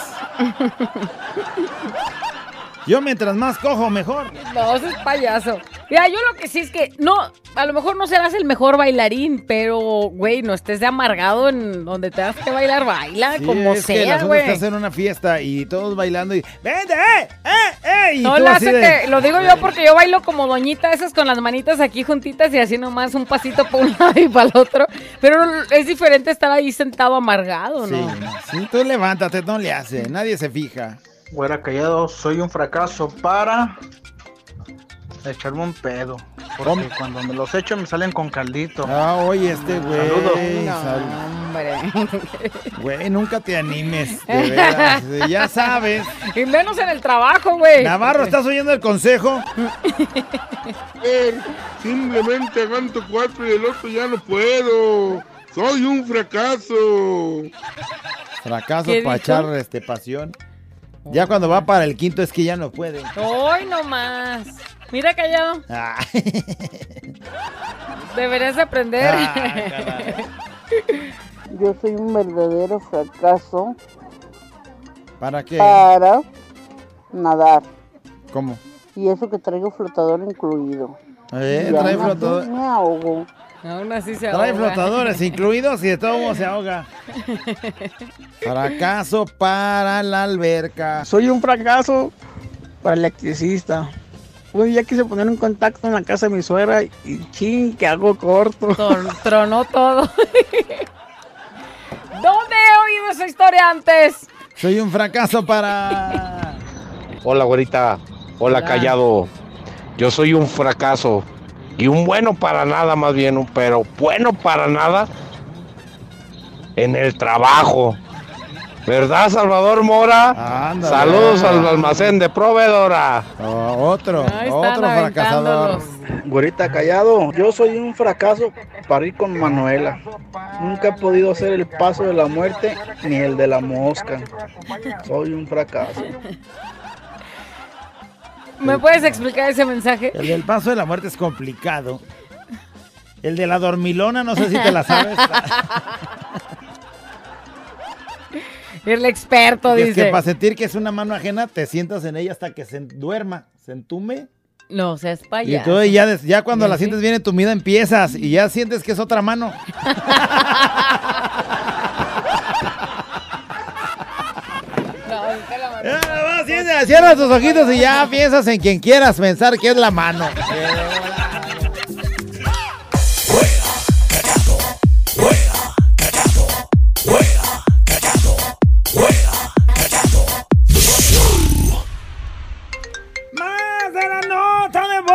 Yo mientras más cojo, mejor. No, ese es payaso. Mira, yo lo que sí es que, no, a lo mejor no serás el mejor bailarín, pero, güey, no estés de amargado en donde tengas que bailar, baila, sí, como es que sea, güey. Estás en una fiesta y todos bailando y... ¡Vente, y no, tú así que lo digo yo porque yo bailo como doñita, esas con las manitas aquí juntitas y así nomás un pasito por un lado y para el otro. Pero es diferente estar ahí sentado amargado, ¿no? Sí, tú levántate, no le hace, nadie se fija. Güera Callado, soy un fracaso para echarme un pedo. Porque cuando me los echo me salen con caldito. Oye, este güey. Saludos. Güey, nunca te animes, de veras. Ya sabes. Y menos en el trabajo, güey. Navarro, ¿estás oyendo el consejo? Simplemente aguanto 4 y el otro ya no puedo. Soy un fracaso. Fracaso para echar pasión. Ya cuando va para el 5º es que ya no puede. ¡Ay, no más! Mira, Callado. Deberías aprender. Yo soy un verdadero fracaso. ¿Para qué? Para nadar. ¿Cómo? Y eso que traigo flotador incluido. Trae flotador. Me ahogo. Aún así se ahoga. Trae flotadores incluidos y de todo modo se ahoga. Fracaso para la alberca. Soy un fracaso para el electricista. Uy, ya quise poner un contacto en la casa de mi suegra y ching, que hago corto. Tronó todo. ¿Dónde he oído esa historia antes? Soy un fracaso para... Hola, güerita. Hola, Callado. Yo soy un fracaso. Y un bueno para nada, más bien, pero bueno para nada en el trabajo. ¿Verdad, Salvador Mora? Ándale. Saludos al almacén de Proveedora. Otro fracasador. Güerita Callado, yo soy un fracaso para ir con Manuela. Nunca he podido hacer el paso de la muerte ni el de la mosca. Soy un fracaso. ¿Me puedes explicar ese mensaje? El del paso de la muerte es complicado. El de la dormilona, no sé si te la sabes. El experto, Es dice. que para sentir que es una mano ajena, te sientas en ella hasta que se duerma, se entume. No seas Y payaso. tú ya cuando la sientes bien entumida empiezas y ya sientes que es otra mano. Cierra tus ojitos y ya piensas en quien quieras pensar que es la mano. ¡Más de la nota de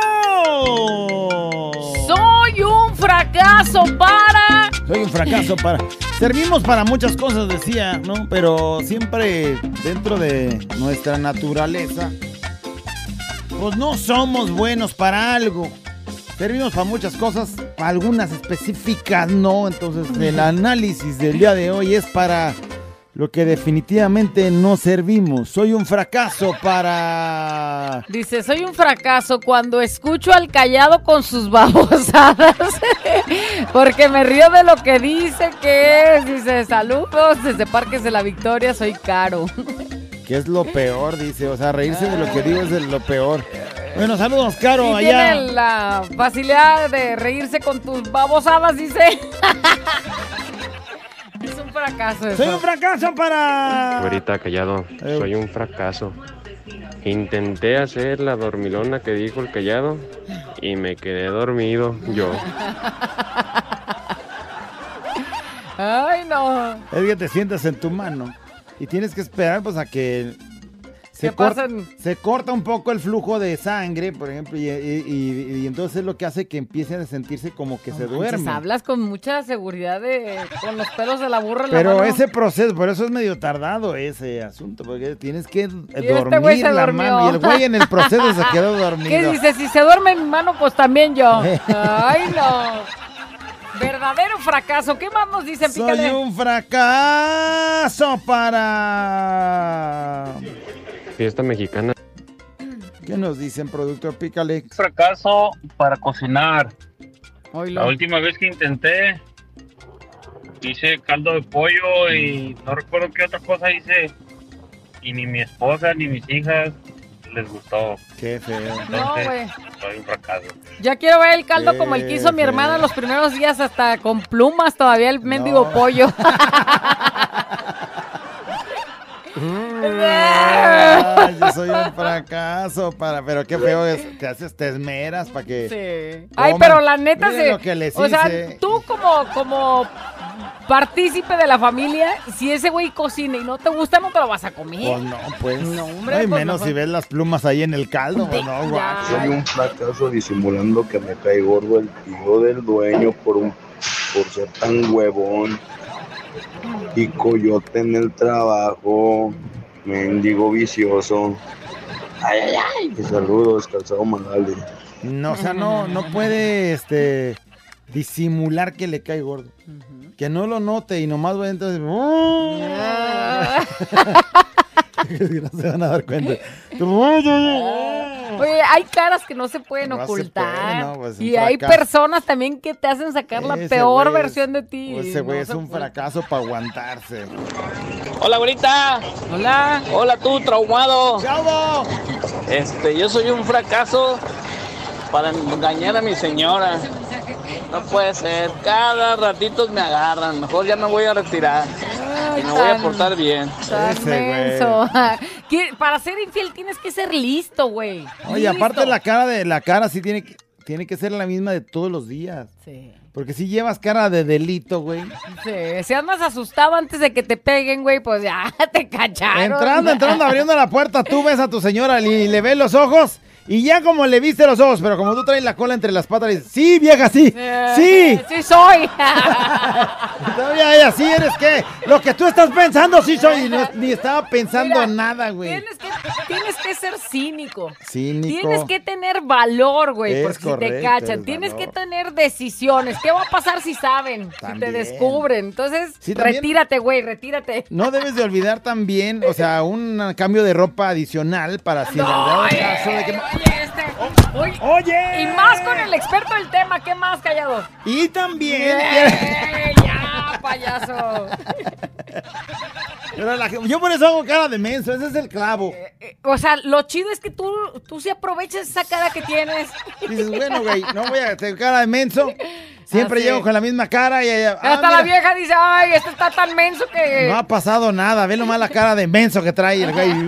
voz! Soy un fracaso para... Soy un fracaso para... Servimos para muchas cosas, decía, ¿no? Pero siempre dentro de nuestra naturaleza, pues no somos buenos para algo. Servimos para muchas cosas, para algunas específicas no. Entonces el análisis del día de hoy es para lo que definitivamente no servimos. Soy un fracaso para... Dice, soy un fracaso cuando escucho al Callado con sus babosadas. Porque me río de lo que dice que es. Dice, saludos desde Parques de la Victoria, soy Caro. Que es lo peor, dice. O sea, reírse de lo que digo es de lo peor. Bueno, saludos, Caro, Y allá. tiene la facilidad de reírse con tus babosadas, dice. Es un fracaso eso. Soy un fracaso para... Güerita Callado, soy un fracaso. Intenté hacer la dormilona que dijo el Callado y me quedé dormido yo. Ay, no. Es que te sientas en tu mano y tienes que esperar pues a que se corta un poco el flujo de sangre, por ejemplo, y entonces es lo que hace que empiecen a sentirse como que se duermen. Hablas con mucha seguridad con los pelos de la burra en la Pero mano. ese proceso, por eso es medio tardado ese asunto, porque tienes que este güey se dormir la durmió. mano y el güey en el proceso se quedó dormido. ¿Qué dice? Si se duerme en mi mano, pues también yo. Ay, no. Verdadero fracaso. ¿Qué más nos dicen, Pícale? Soy un fracaso para... Fiesta mexicana. ¿Qué nos dicen, productor? Pícale. Fracaso para cocinar. Oilo. La última vez que intenté, hice caldo de pollo y no recuerdo qué otra cosa hice. Y ni mi esposa ni mis hijas les gustó. Qué feo. Entonces, No, güey. soy un fracaso. Ya quiero ver el caldo como el que hizo mi hermana los primeros días, hasta con plumas todavía el mendigo pollo. Yo soy un fracaso pero qué feo es, te esmeras para que Sí. Ay, pero la neta Miren lo que les o sea, hice. tú como partícipe de la familia, si ese güey cocina y no te gusta, no te lo vas a comer. Pues no, pues. No, hombre, No, y pues menos mejor. si ves las plumas ahí en el caldo, pues no, guau. Soy un fracaso disimulando que me cae gordo el tío del dueño por ser tan huevón y coyote en el trabajo, mendigo vicioso. Ay, ay, ay. Y saludos, Calzado Magali. No, o sea, no puede disimular que le cae gordo. Que no lo note y nomás va entonces. No se van a dar cuenta. Oye, hay caras que no se pueden No se ocultar. puede, no, pues, un y hay fracaso. personas también que te hacen sacar la Ese peor güey versión de ti. Ese güey No es se un puede. fracaso para aguantarse. Hola, güerita. Hola. Hola, tú, traumado. ¡Chavo! Yo soy un fracaso para engañar a mi señora. No puede ser. Cada ratito me agarran. Mejor ya me voy a retirar. Y me voy a portar bien. Tan menso. Para ser infiel tienes que ser listo, güey. Oye, Listo. aparte la cara sí tiene que ser la misma de todos los días. Sí. Porque si llevas cara de delito, güey. Sí, si andas asustado antes de que te peguen, güey, pues ya te cacharon. Entrando, abriendo la puerta, tú ves a tu señora y le ves los ojos Y ya como le viste los ojos, pero como tú traes la cola entre las patas, le dices, sí, vieja, sí, sí. Sí soy. Todavía ella, sí eres que lo que tú estás pensando, sí soy. Y ni estaba pensando en nada, güey. Tienes que ser cínico. Cínico. Tienes que tener valor, güey, Es porque si correcto, te cachan. es Tienes valor. que tener decisiones. ¿Qué va a pasar si saben? Si También. te descubren. Entonces, Sí, también. retírate, güey, retírate. No debes de olvidar también, o sea, un cambio de ropa adicional para si en dado caso de que... Oye. Y más con el experto del tema. ¿Qué más, callado? Y también... Ya, payaso. Pero yo por eso hago cara de menso, ese es el clavo. O sea, lo chido es que tú sí aprovechas esa cara que tienes. Dices, bueno, güey, no voy a hacer cara de menso. Siempre llego con la misma cara y ella... Hasta la vieja dice, ay, este está tan menso que... No ha pasado nada, ve nomás la cara de menso que trae el güey.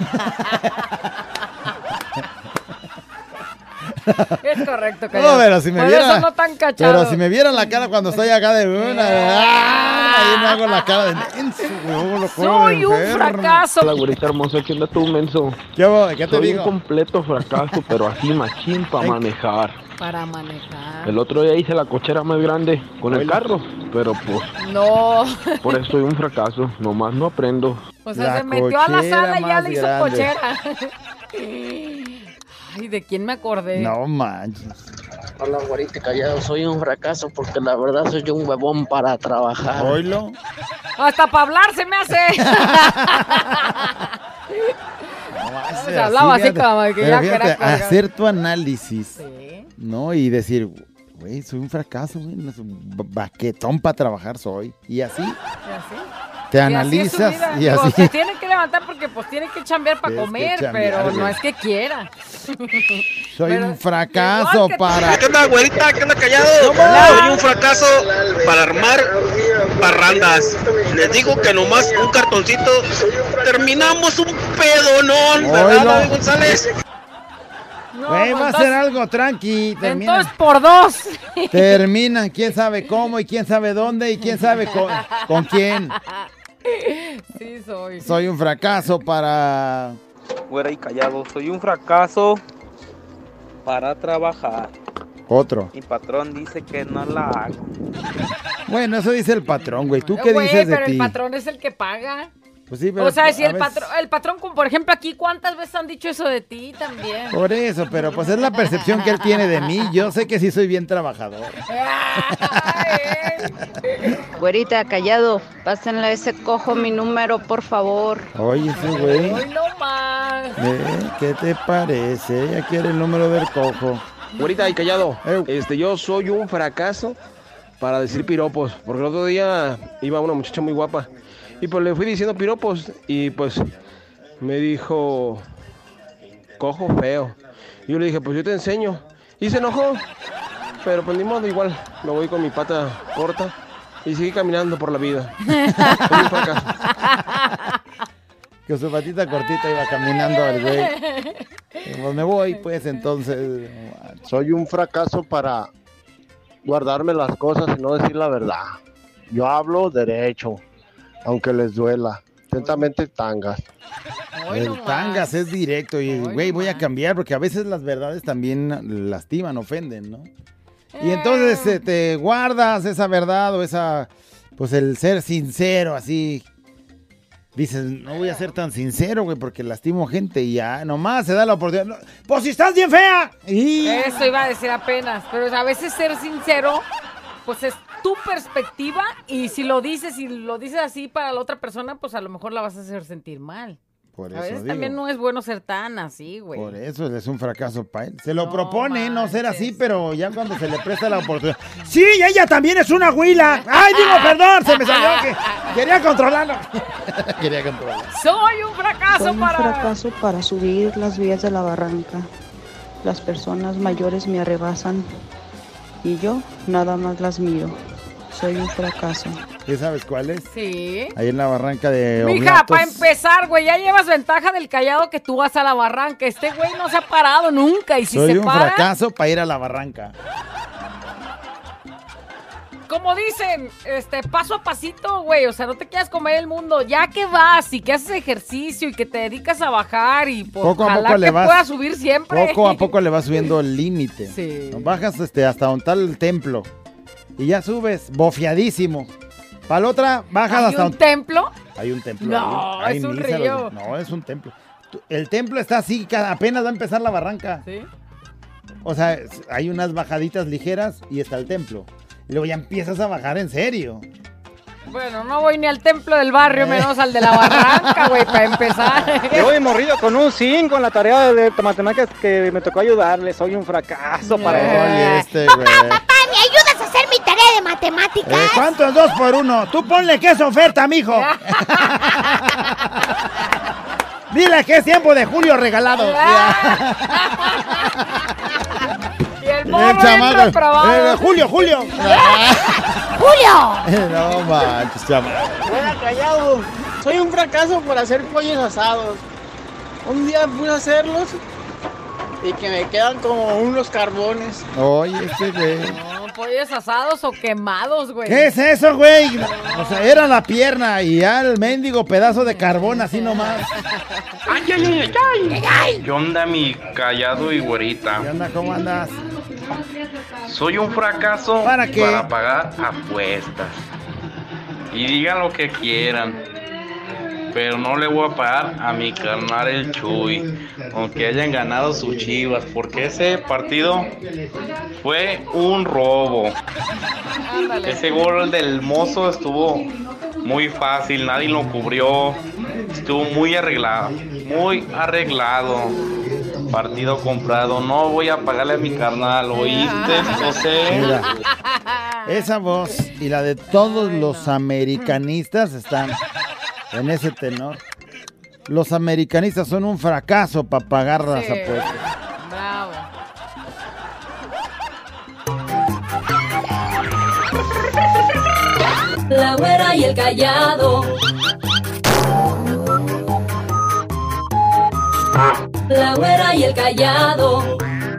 Es correcto, callado. No, pero si me Por viera, eso no tan cachado. pero si me vieran la cara cuando estoy acá de una, ahí me hago la cara de menso, güey. Soy un fracaso. Hola, güerita hermosa, ¿qué onda tú, menso? ¿Qué te Soy digo? un completo fracaso, pero así machín para manejar. Para manejar. El otro día hice la cochera más grande con el carro, pero pues No. por eso soy un fracaso, nomás no aprendo. O sea, se metió a la sala y ya más le hizo grande. cochera. Ay, ¿de quién me acordé? No manches. Hola, güerita callado, soy un fracaso porque la verdad soy un huevón para trabajar. Oílo. Hasta para hablar se me hace. Se hablaba así como que Pero ya fíjate, que era hacer tu análisis, ¿no? Y decir, güey, soy un fracaso, güey, no soy un baquetón para trabajar soy. Y así te Y analizas así es su y vida. así. Digo, se tiene que levantar porque pues tiene que chambear para Tienes que comer, chambear, pero no güey. es que quiera. Soy un fracaso para... ¿Qué onda, güerita? ¿Qué onda, callado? Soy un fracaso para armar parrandas. Les digo que nomás un cartoncito terminamos un pedonón, ¿verdad, Oílo. David González? Güey, va a ser algo tranqui. Entonces por dos. Terminan, quién sabe cómo y quién sabe dónde y quién sabe con quién. Sí, soy. Soy un fracaso para... Güera y callado, soy un fracaso para trabajar. Otro. Mi patrón dice que no la hago. Bueno, eso dice el patrón, güey. ¿Tú qué Güey, dices de pero ti? el patrón es el que paga. Pues sí, pero O sea, si a el veces- patrón, como por ejemplo aquí, ¿cuántas veces han dicho eso de ti también? Por eso, pero pues es la percepción que él tiene de mí. Yo sé que sí soy bien trabajador. Güerita, callado, pásenle a ese cojo mi número, por favor. Oye, ese güey. Hoy no más. ¿Qué te parece? Ella quiere el número del cojo. Güerita y callado, yo soy un fracaso para decir piropos, porque el otro día iba una muchacha muy guapa y pues le fui diciendo piropos y pues me dijo cojo feo. Y yo le dije, pues yo te enseño. Y se enojó, pero pues ni modo, igual me voy con mi pata corta y seguí caminando por la vida. Soy un fracaso. Que su patita cortita iba caminando al güey. Pues me voy, pues entonces. Soy un fracaso para guardarme las cosas y no decir la verdad. Yo hablo derecho, aunque les duela. Atentamente, Tangas. El tangas es directo y, güey, voy a cambiar porque a veces las verdades también lastiman, ofenden, ¿no? Y entonces te guardas esa verdad o esa, pues el ser sincero, así. Dices, no voy a ser tan sincero, güey, porque lastimo gente y ya, nomás se da la oportunidad. No, pues si estás bien fea. Y... Eso iba a decir apenas, pero a veces ser sincero, pues es tu perspectiva y si lo dices así para la otra persona, pues a lo mejor la vas a hacer sentir mal. Por A eso veces digo. también no es bueno ser tan así, güey. Por eso es un fracaso para él. Se lo propone no ser así, pero ya cuando se le presta la oportunidad. ¡Sí, ella también es una huila! ¡Ay, digo, perdón! Se me salió que quería controlarlo. Quería controlarlo. Soy un fracaso Soy un para... fracaso para subir las vías de la barranca. Las personas mayores me arrebasan y yo nada más las miro. Soy un fracaso. ¿Qué sabes cuál es? Sí. Ahí en la barranca de Mija, Oblatos. para empezar, güey, ya llevas ventaja del callado que tú vas a la barranca. Este güey no se ha parado nunca y si Soy se un para... fracaso para ir a la barranca. como dicen, paso a pasito, güey, o sea, no te quieras comer el mundo, ya que vas y que haces ejercicio y que te dedicas a bajar y pues, poco a ojalá poco que puedas subir siempre. Poco a poco le vas subiendo el límite. Sí. Bajas hasta donde está el templo y ya subes bofiadísimo. Para la otra, bajas hasta... ¿Hay un templo? Hay un templo. No, hay es un misa, río. No, es un templo. El templo está así, apenas va a empezar la barranca. ¿Sí? O sea, hay unas bajaditas ligeras y está el templo. Y luego ya empiezas a bajar en serio. Bueno, no voy ni al templo del barrio, menos al de la barranca, güey, para empezar. Yo voy morrido con un 5 en la tarea de matemáticas que me tocó ayudarle. Soy un fracaso para Oye, él. güey. Papá, ¿me ayudas a hacer mi tarea de matemáticas? ¿Cuánto es 2 por 1? Tú ponle que es oferta, mijo. Dile que es tiempo de Julio regalado. Y el morro entra aprobado. Julio. ¡Julio! No manches, chamaco. Fuera callado. Soy un fracaso por hacer pollos asados. Un día fui a hacerlos y que me quedan como unos carbones. Oye, güey. No, pollos asados o quemados, güey. ¿Qué es eso, güey? O sea, era la pierna y ya el mendigo pedazo de carbón así nomás. ¿Qué onda, mi Callado y güerita? ¿Qué onda? ¿Cómo andas? Soy un fracaso ¿Para qué? para pagar apuestas. Y digan lo que quieran, pero no le voy a pagar a mi carnal el Chuy, aunque hayan ganado sus Chivas, porque ese partido fue un robo. Ándale. Ese gol del Mozo estuvo muy fácil, nadie lo cubrió, estuvo muy arreglado. Partido comprado, no voy a pagarle a mi carnal, ¿oíste, José? Mira, esa voz y la de todos los americanistas están en ese tenor. Los americanistas son un fracaso para pagar las apuestas. Bravo. La güera y el callado. La güera y el callado.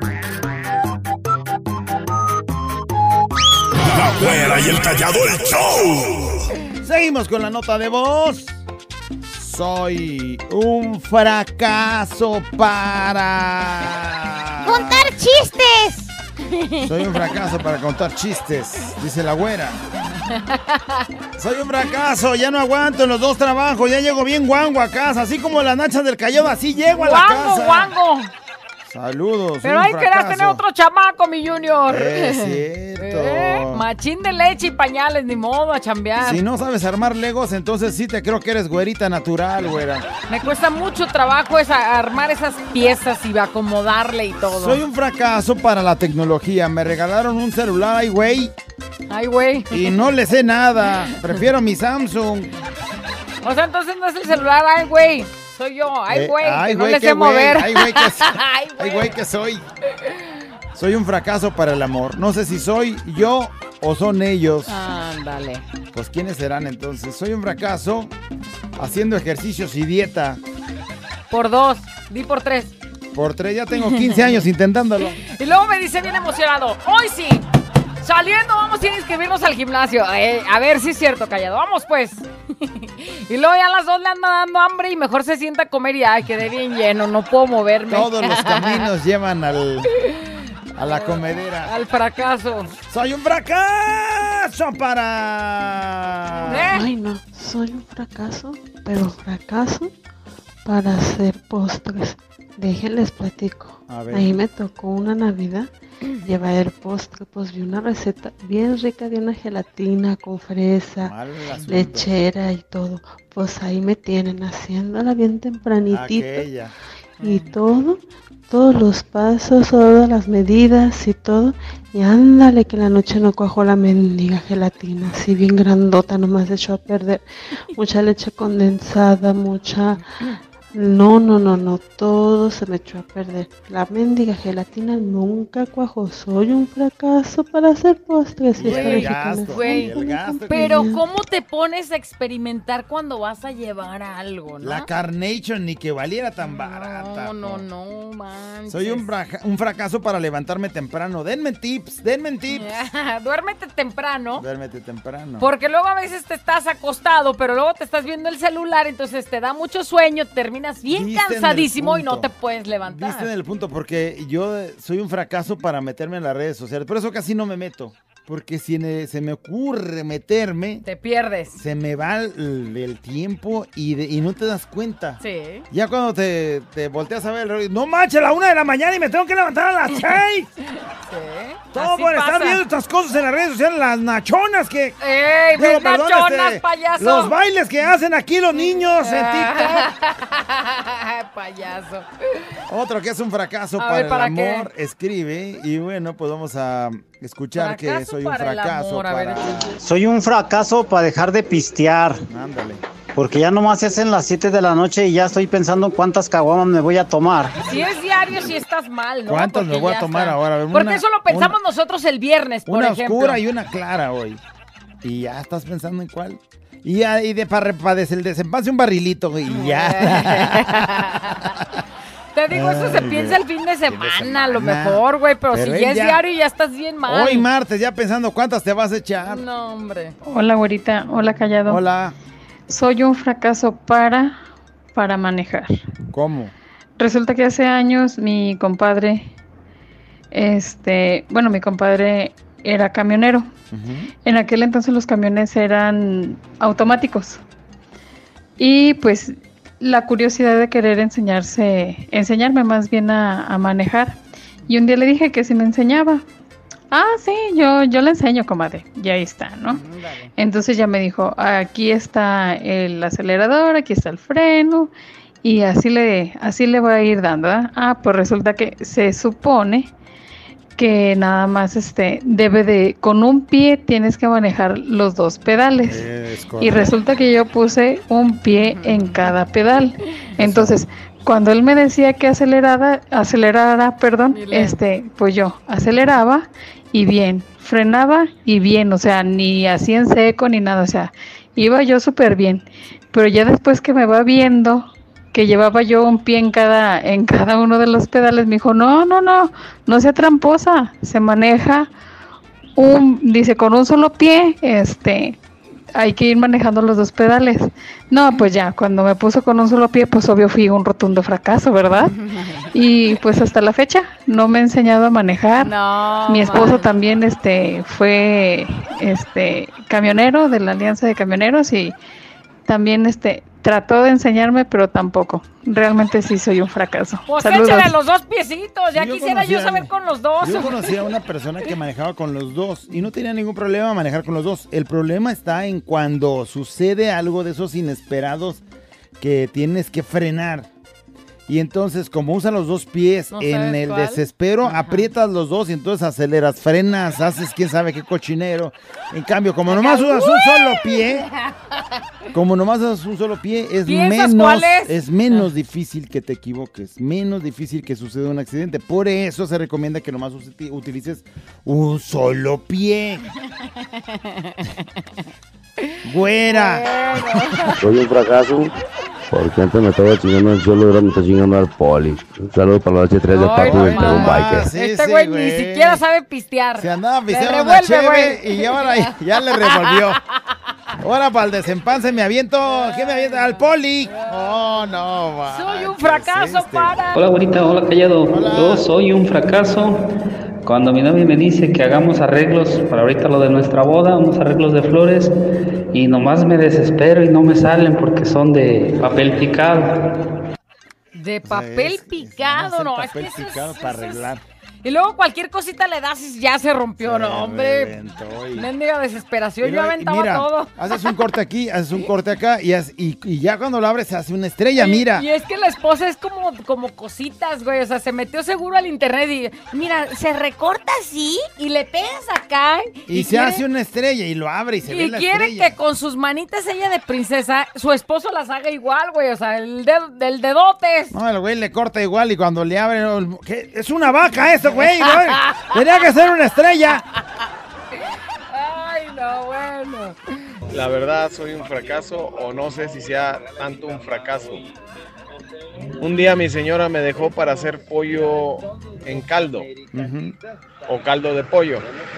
La güera y el callado, el show. Seguimos con la nota de voz. Soy un fracaso para... ¡Contar chistes! Soy un fracaso para contar chistes, dice la güera. Soy un fracaso, ya no aguanto en los 2 trabajos, ya llego bien guango a casa, así como las nachas del Callado, así llego a la casa. Guango. Saludos. Pero ahí querías tener otro chamaco, mi Junior. Es cierto. Machín de leche y pañales, ni modo a chambear. Si no sabes armar legos, entonces sí te creo que eres güerita natural, güera. Me cuesta mucho trabajo armar esas piezas y acomodarle y todo. Soy un fracaso para la tecnología. Me regalaron un celular, ay, güey. Ay, güey. Y no le sé nada. Prefiero mi Samsung. O sea, entonces no es el celular, ay, güey. Soy yo, ay, güey, que no le sé mover. Ay, güey, que soy. Soy un fracaso para el amor. No sé si soy yo o son ellos. Ándale. Pues, ¿quiénes serán entonces? Soy un fracaso haciendo ejercicios y dieta. Por 2, di por 3. Por 3, ya tengo 15 años intentándolo. Y luego me dice bien emocionado, hoy sí, saliendo vamos a ir a inscribirnos al gimnasio. A ver si es cierto, Callado, vamos pues. Y luego ya a las 2 le anda dando hambre y mejor se sienta a comer y ay, quedé bien lleno, no puedo moverme. Todos los caminos llevan a la comedera. Al fracaso. Soy un fracaso para... Ay, no, soy un fracaso, pero fracaso para hacer postres. Déjenles platico. Ahí me tocó una Navidad llevar el postre, pues vi una receta bien rica de una gelatina con fresa, lechera y todo. Pues ahí me tienen haciéndola bien tempranitita. Y todos los pasos, todas las medidas y todo. Y ándale que la noche no cuajó la mendiga gelatina, así bien grandota, nomás echó a perder. Mucha leche condensada, mucha No, todo se me echó a perder. La mendiga gelatina nunca cuajó. Soy un fracaso para hacer postres. Güey, pero ¿cómo te pones a experimentar cuando vas a llevar algo, no? La Carnation ni que valiera tan barata. No, manches. Soy un fracaso para levantarme temprano. Denme tips. Duérmete temprano. Porque Porque luego a veces te estás acostado, pero luego te estás viendo el celular, entonces te da mucho sueño, terminas bien cansadísimo y no te puedes levantar. Viste en el punto, porque yo soy un fracaso para meterme en las redes sociales. Por eso casi no me meto. Porque si se me ocurre meterme... Te pierdes. Se me va el tiempo y no te das cuenta. Sí. Ya cuando te volteas a ver el reloj, no manches, a la 1 de la mañana y me tengo que levantar a las 6. Sí. Todo por estar viendo estas cosas en las redes sociales, las nachonas que... ¡Ey, mis nachonas, payaso! Los bailes que hacen aquí los niños en TikTok. Payaso. Otro que es un fracaso A para ver, el ¿para amor, escribe. Y bueno, pues vamos a escuchar que soy un fracaso para... Soy un fracaso para dejar de pistear. Ándale. Porque ya nomás se hacen las 7 de la noche y ya estoy pensando en cuántas caguamas me voy a tomar. Si es diario, si estás mal, ¿no? ¿Cuántas me voy a tomar ahora? A ver, porque eso lo pensamos nosotros el viernes, por ejemplo. Una oscura y una clara hoy. Y ya estás pensando en cuál. Y para el desenvase un barrilito y ya. Te digo, eso se piensa el fin de semana, a lo mejor, güey, pero si ya es diario ya estás bien mal. Hoy martes, ya pensando cuántas te vas a echar. No, hombre. Hola, güerita. Hola, Callado. Hola. Soy un fracaso para manejar. ¿Cómo? Resulta que hace años mi compadre, mi compadre era camionero. Uh-huh. En aquel entonces los camiones eran automáticos. Y pues la curiosidad de querer enseñarme más bien a manejar. Y un día le dije que si me enseñaba. Ah, sí, yo le enseño, comadre. Y ahí está, ¿no? Entonces ya me dijo, aquí está el acelerador, aquí está el freno. Y así le voy a ir dando, ¿verdad? Ah, pues resulta que se supone que nada más con un pie tienes que manejar los dos pedales. Y resulta que yo puse un pie en cada pedal. Entonces, cuando él me decía que acelerara, pues yo aceleraba y bien, frenaba y bien, o sea, ni así en seco ni nada, o sea, iba yo súper bien. Pero ya después que me va viendo que llevaba yo un pie en cada uno de los pedales, me dijo, no sea tramposa, se maneja dice, con un solo pie, hay que ir manejando los dos pedales. No, pues ya, cuando me puso con un solo pie, pues obvio fui un rotundo fracaso, ¿verdad? Y pues hasta la fecha no me he enseñado a manejar. No, mi esposo también fue camionero de la Alianza de Camioneros y también trató de enseñarme, pero tampoco. Realmente sí soy un fracaso. Pues Saludos. échale los dos piecitos, ya quisiera yo saber con los dos. Yo conocí a una persona que manejaba con los dos y no tenía ningún problema manejar con los dos. El problema está en cuando sucede algo de esos inesperados que tienes que frenar. Y entonces, como usan los dos pies en el desespero, aprietas los dos y entonces aceleras, frenas, haces quién sabe qué cochinero. En cambio, como nomás usas un solo pie, es menos difícil que te equivoques, menos difícil que suceda un accidente. Por eso se recomienda que nomás utilices un solo pie. Güera. Soy un fracaso porque antes me estaba chingando el suelo, ahora me está chingando al poli. Un saludo para los H3 de Paco del Pegón Biker. Este güey ni siquiera sabe pistear. Se andaba pisteando una cheve y ahora ya le revolvió. Ahora para el desempanse me aviento. ¿Qué me avienta? Al poli. Oh, no, va. Soy un fracaso para. Hola, bonita. Hola, Callado. Hola. Yo soy un fracaso cuando mi novia me dice que hagamos arreglos para ahorita lo de nuestra boda, unos arreglos de flores, y nomás me desespero y no me salen porque son de papel picado. De papel picado, no. Papel picado para arreglar. Y luego cualquier cosita le das y ya se rompió, no, hombre. Mendiga desesperación, yo aventaba todo. Haces un corte aquí, haces un corte acá y ya cuando lo abres se hace una estrella, mira. Y es que la esposa es como cositas, güey, o sea, se metió seguro al internet y mira, se recorta así y le pegas acá. Y se hace una estrella y lo abre y se ve la estrella. Y quiere que con sus manitas ella de princesa, su esposo las haga igual, güey, o sea, el dedotes. No, el güey le corta igual y cuando le abre, ¿qué? Es una vaca eso, güey. Tenía que ser una estrella. Ay, no, bueno. La verdad, soy un fracaso o no sé si sea tanto un fracaso. Un día mi señora me dejó para hacer pollo en caldo o caldo de pollo.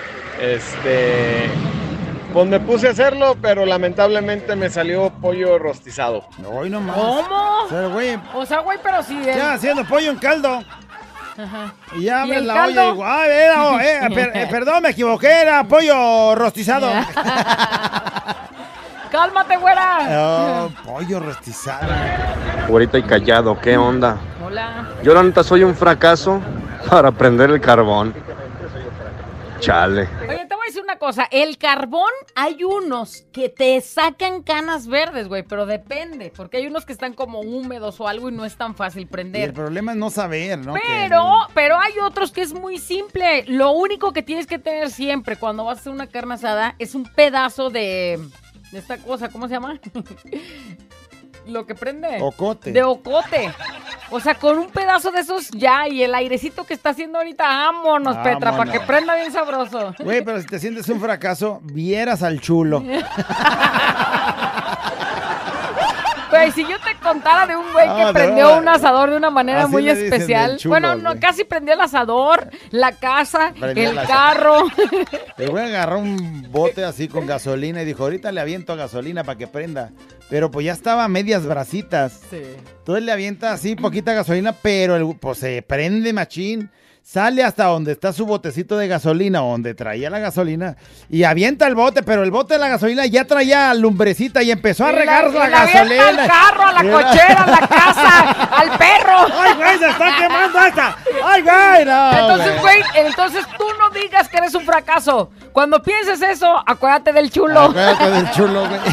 Pues me puse a hacerlo, pero lamentablemente me salió pollo rostizado. Hoy nomás. ¿Cómo? O sea, güey, pero sí. Ya haciendo pollo en caldo. Ajá. Y abre la olla igual. Perdón, me equivoqué, era pollo rostizado. Cálmate, güera. Pollo rostizado. Güerita y Callado, ¿qué onda? Hola. Yo la neta soy un fracaso para prender el carbón. Chale. Oye, te voy a decir una cosa. El carbón, hay unos que te sacan canas verdes, güey, pero depende. Porque hay unos que están como húmedos o algo y no es tan fácil prender. Y el problema es no saber, ¿no? Pero hay otros que es muy simple. Lo único que tienes que tener siempre cuando vas a hacer una carne asada es un pedazo de esta cosa, ¿cómo se llama? Lo que prende. Ocote. De ocote. O sea, con un pedazo de esos ya, y el airecito que está haciendo ahorita, vámonos, Petra, para que prenda bien sabroso. Güey, pero si te sientes un fracaso, vieras al chulo. Güey, si yo te contara de un güey que prendió un asador de una manera muy especial. Chulo, bueno, no, casi prendió el asador, la casa, el carro. El güey agarró un bote así con gasolina y dijo, ahorita le aviento gasolina para que prenda. Pero pues ya estaba a medias bracitas. Sí. Entonces le avienta así poquita gasolina, pero pues se prende machín. Sale hasta donde está su botecito de gasolina, donde traía la gasolina, y avienta el bote, pero el bote de la gasolina ya traía lumbrecita y empezó a regar la gasolina. Al carro, a la cochera, a la casa, al perro. ¡Ay, güey, se está quemando esta! ¡Ay, güey, no! Entonces tú no digas que eres un fracaso. Cuando pienses eso, acuérdate del chulo. Acuérdate del chulo, güey.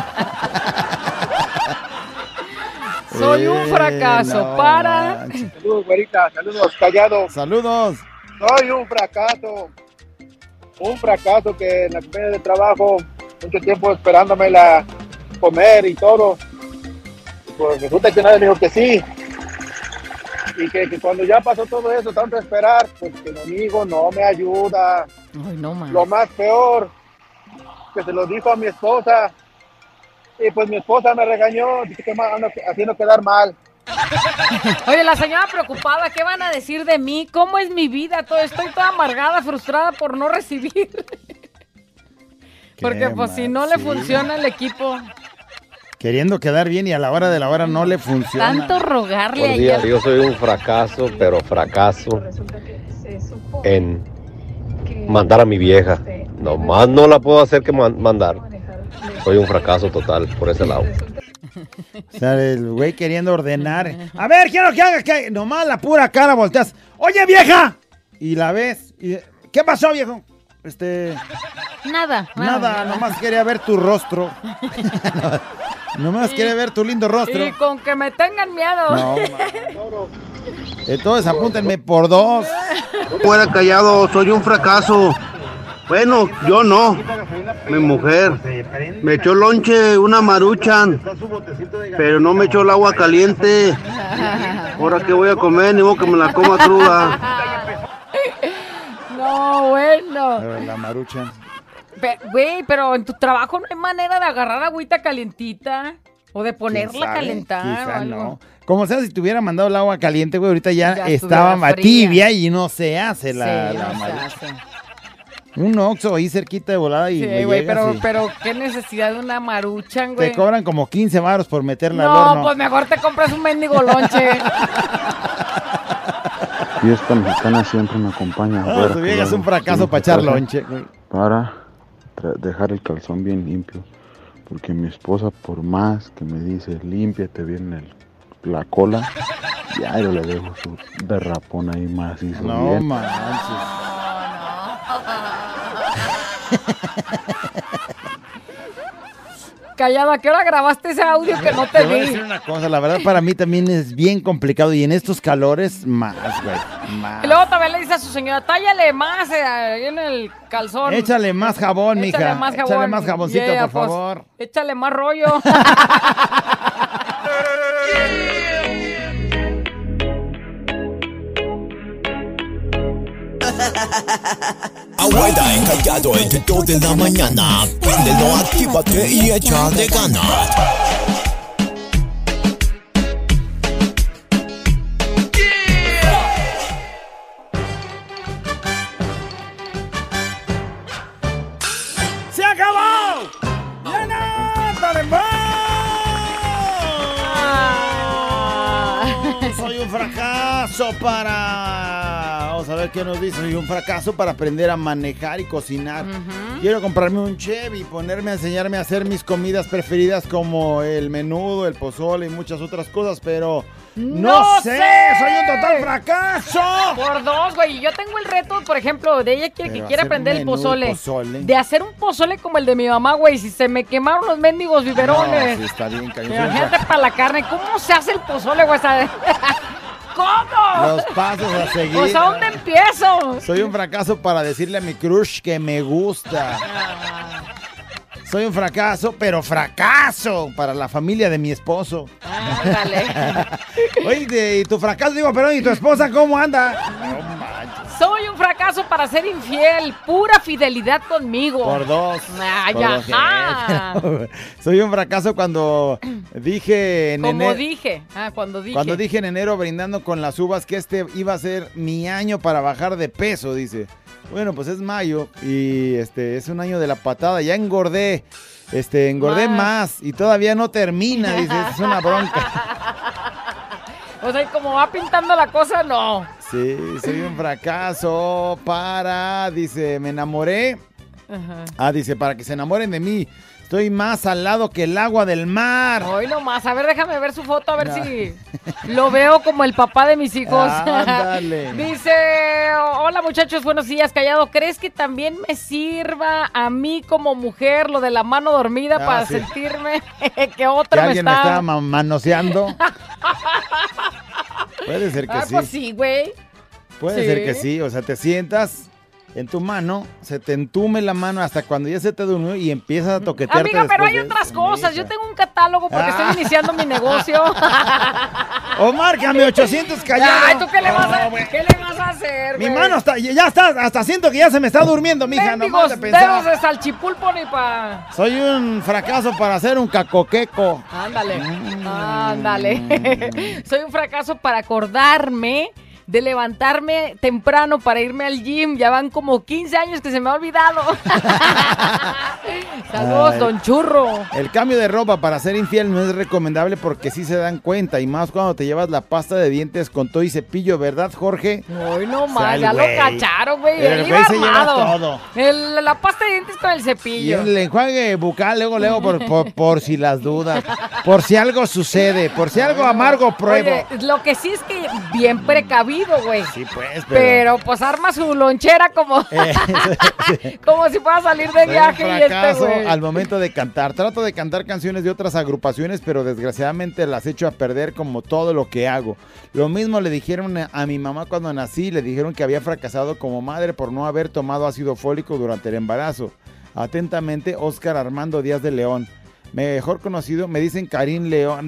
Soy un fracaso para... Saludos, güerita. Saludos, Callado. Saludos. Soy un fracaso. Un fracaso que en la compañía de trabajo, mucho tiempo esperándome comer y todo. Pues resulta que nadie me dijo que sí. Y que cuando ya pasó todo eso, tanto esperar, pues que mi amigo no me ayuda. Ay, no, man. Lo más peor, que se lo dijo a mi esposa. Y pues mi esposa me regañó, dice que me ando haciendo quedar mal. Oye, la señora preocupada, ¿qué van a decir de mí? ¿Cómo es mi vida? Estoy toda amargada, frustrada por no recibir. Porque pues si no le funciona el equipo. Queriendo quedar bien y a la hora de la hora no le funciona. Tanto rogarle a ella. Yo soy un fracaso, pero fracaso en mandar a mi vieja. Nomás no la puedo hacer que mandar. Soy un fracaso total por ese lado. O sea, el güey queriendo ordenar. A ver, quiero que haga que nomás la pura cara volteas. ¡Oye, vieja! Y la ves. Y, ¿qué pasó, viejo? Nada. Nomás quería ver tu rostro. Nomás quería ver tu lindo rostro. Y con que me tengan miedo. No, entonces apúntenme por 2. Fuera Callado, soy un fracaso. Bueno, yo no. Mi mujer me echó lonche una Maruchan, pero no me echó el agua caliente. Ahora que voy a comer, ni modo que me la coma cruda. No, bueno. Pero la Maruchan. Güey, pero en tu trabajo no hay manera de agarrar agüita calientita o de ponerla a calentar. Quizá o algo. no. Como sea, si te hubiera mandado el agua caliente, güey, ahorita ya estaba tibia y no se hace la Maruchan. Un Oxxo ahí cerquita de volada y sí, güey, pero qué necesidad de una Maruchan, güey. Te cobran como 15 varos por meterla al horno. No, pues mejor te compras un mendigo lonche. Fiesta mexicana siempre me acompaña. Tu vieja es un fracaso para echar lonche, güey. Para dejar el calzón bien limpio. Porque mi esposa, por más que me dice, límpiate bien la cola, Diario le dejo su derrapón ahí macizo. No bien. manches. Callado, ¿a qué hora grabaste ese audio que no te Te voy a vi? decir una cosa, la verdad para mí también es bien complicado y en estos calores más, güey, más. Y luego también le dice a su señora, tállale más ahí en el calzón. Échale más jabón, mija. Échale más jabón. Échale más jaboncito, Yeah, por pues, favor. Échale más rollo. Abuela encallado entre 2 de la mañana. Préndelo, actívate y échale ganas. ¡Se acabó! ¡Ya no! Soy un fracaso para... Vamos a ver qué nos dice. Soy un fracaso para aprender a manejar y cocinar. Quiero comprarme un Chevy y ponerme a enseñarme a hacer mis comidas preferidas como el menudo, el pozole y muchas otras cosas, pero... ¡No sé! ¡Soy un total fracaso! Por dos, güey. Yo tengo el reto, por ejemplo, de ella que quiere aprender el pozole. De hacer un pozole como el de mi mamá, güey. Si se me quemaron los mendigos biberones. No, sí, está bien, cañón. Imagínate para la carne. ¿Cómo se hace el pozole, güey? ¿Cómo? Los pasos a seguir. Pues, ¿a dónde empiezo? Soy un fracaso para decirle a mi crush que me gusta. Soy un fracaso, pero fracaso para la familia de mi esposo. Ándale. Oye, ¿y tu fracaso? Digo, perdón, ¿y tu esposa cómo anda? No manches. Soy un fracaso para ser infiel. Pura fidelidad conmigo. Por dos. Ay, Por dos. ajá. Soy un fracaso cuando dije en Como enero. dije. Cuando dije. Cuando dije en enero brindando con las uvas que este iba a ser mi año para bajar de peso, dice. Bueno, pues es mayo y es un año de la patada. Ya engordé, engordé más y todavía no termina, dice. Es una bronca. O sea, como va pintando la cosa, no. Sí, soy un fracaso para, dice, me enamoré. Ajá. Dice, para que se enamoren de mí. Estoy más salado que el agua del mar. Hoy nomás, a ver, déjame ver su foto, a ver si lo veo como el papá de mis hijos. Ándale. Dice, hola muchachos, buenos días, Callado. ¿Crees que también me sirva a mí como mujer lo de la mano dormida para sí. sentirme que otro ¿Que me alguien me está manoseando? Puede ser que sí. Pues sí, güey. Puede ser que sí, o sea, te sientas en tu mano, se te entume la mano hasta cuando ya se te durmió y empiezas a toquetearte. Amiga, pero hay después de otras eso, cosas. mija. Yo tengo un catálogo porque estoy iniciando mi negocio. O márcame 800 Callado. Ay, ¿tú qué le vas a hacer, Mi güey? mano ya está, hasta siento que ya se me está durmiendo, mija, nomás de dedos pensar. de salchipulpo ni pa... Soy un fracaso para hacer un cacoqueco. Ándale, ándale. Soy un fracaso para acordarme de levantarme temprano para irme al gym. Ya van como 15 años que se me ha olvidado. Saludos, Ay. don Churro. El cambio de ropa para ser infiel no es recomendable porque sí se dan cuenta y más cuando te llevas la pasta de dientes con todo y cepillo, ¿verdad, Jorge? Hoy no más, Sal, ya lo güey. cacharon, güey. El Él güey iba se lleva armado. todo. La pasta de dientes con el Y cepillo. el enjuague bucal, luego, por si las dudas. Por si algo sucede, por si algo amargo pruebo. Oye, lo que sí es que bien precavido, güey. Sí, pues, pero pues arma su lonchera como, como si fuera a salir de Soy viaje un y fracaso güey. al momento de cantar. Trato de cantar canciones de otras agrupaciones, pero desgraciadamente las echo a perder como todo lo que hago. Lo mismo le dijeron a mi mamá cuando nací, le dijeron que había fracasado como madre por no haber tomado ácido fólico durante el embarazo. Atentamente, Oscar Armando Díaz de León. Mejor conocido, me dicen Karim León.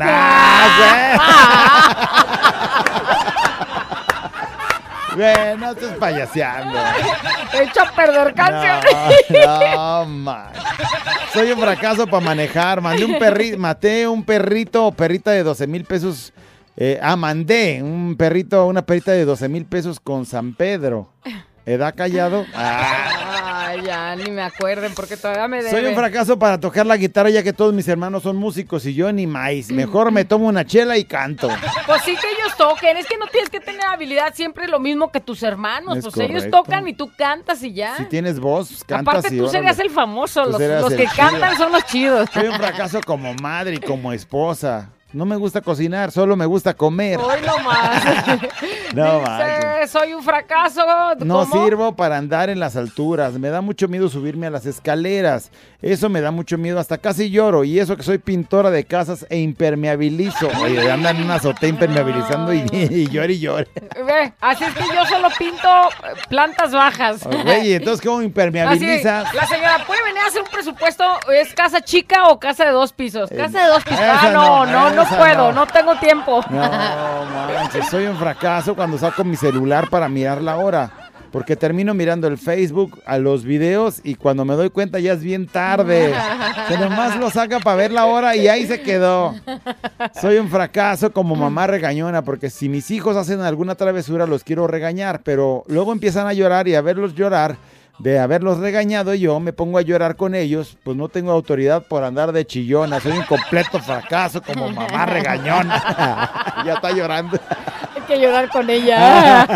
Güey, no estés payaseando. Hecho a perder canciones. No, man. Soy un fracaso para manejar. Maté un perrito o perrita de 12,000 pesos. Mandé una perrita de 12,000 pesos con San Pedro. ¿Edad Callado? Ay, ya, ni me acuerden porque todavía me debe. Soy un fracaso para tocar la guitarra ya que todos mis hermanos son músicos y yo ni más. Mejor me tomo una chela y canto. Pues sí que ellos toquen, es que no tienes que tener habilidad siempre lo mismo que tus hermanos. Es Pues correcto. ellos tocan y tú cantas y ya. Si tienes voz, cantas. Aparte y tú órale. serías el famoso, Tú los serías que el chido. cantan son los chidos. Soy un fracaso como madre y como esposa. No me gusta cocinar, solo me gusta comer. Hoy nomás. No, Dice, soy un fracaso. No ¿Cómo? sirvo para andar en las alturas. Me da mucho miedo subirme a las escaleras. Eso me da mucho miedo. Hasta casi lloro. Y eso que soy pintora de casas e impermeabilizo. Oye, andan en una azotea impermeabilizando y llore y llore. Ve, así es que yo solo pinto plantas bajas. Güey, entonces, ¿cómo impermeabilizas? Así, la señora, ¿puede venir a hacer un presupuesto? ¿Es casa chica o casa de 2 pisos? Casa de 2 pisos. No puedo, no tengo tiempo. No manches, soy un fracaso cuando saco mi celular para mirar la hora. Porque termino mirando el Facebook, a los videos, y cuando me doy cuenta ya es bien tarde. Que nomás lo saca para ver la hora y ahí se quedó. Soy un fracaso como mamá regañona, porque si mis hijos hacen alguna travesura los quiero regañar, pero luego empiezan a llorar y a verlos llorar, de haberlos regañado yo, me pongo a llorar con ellos, pues no tengo autoridad por andar de chillona. Soy un completo fracaso como mamá regañona. Ya está llorando. Hay que llorar con ella.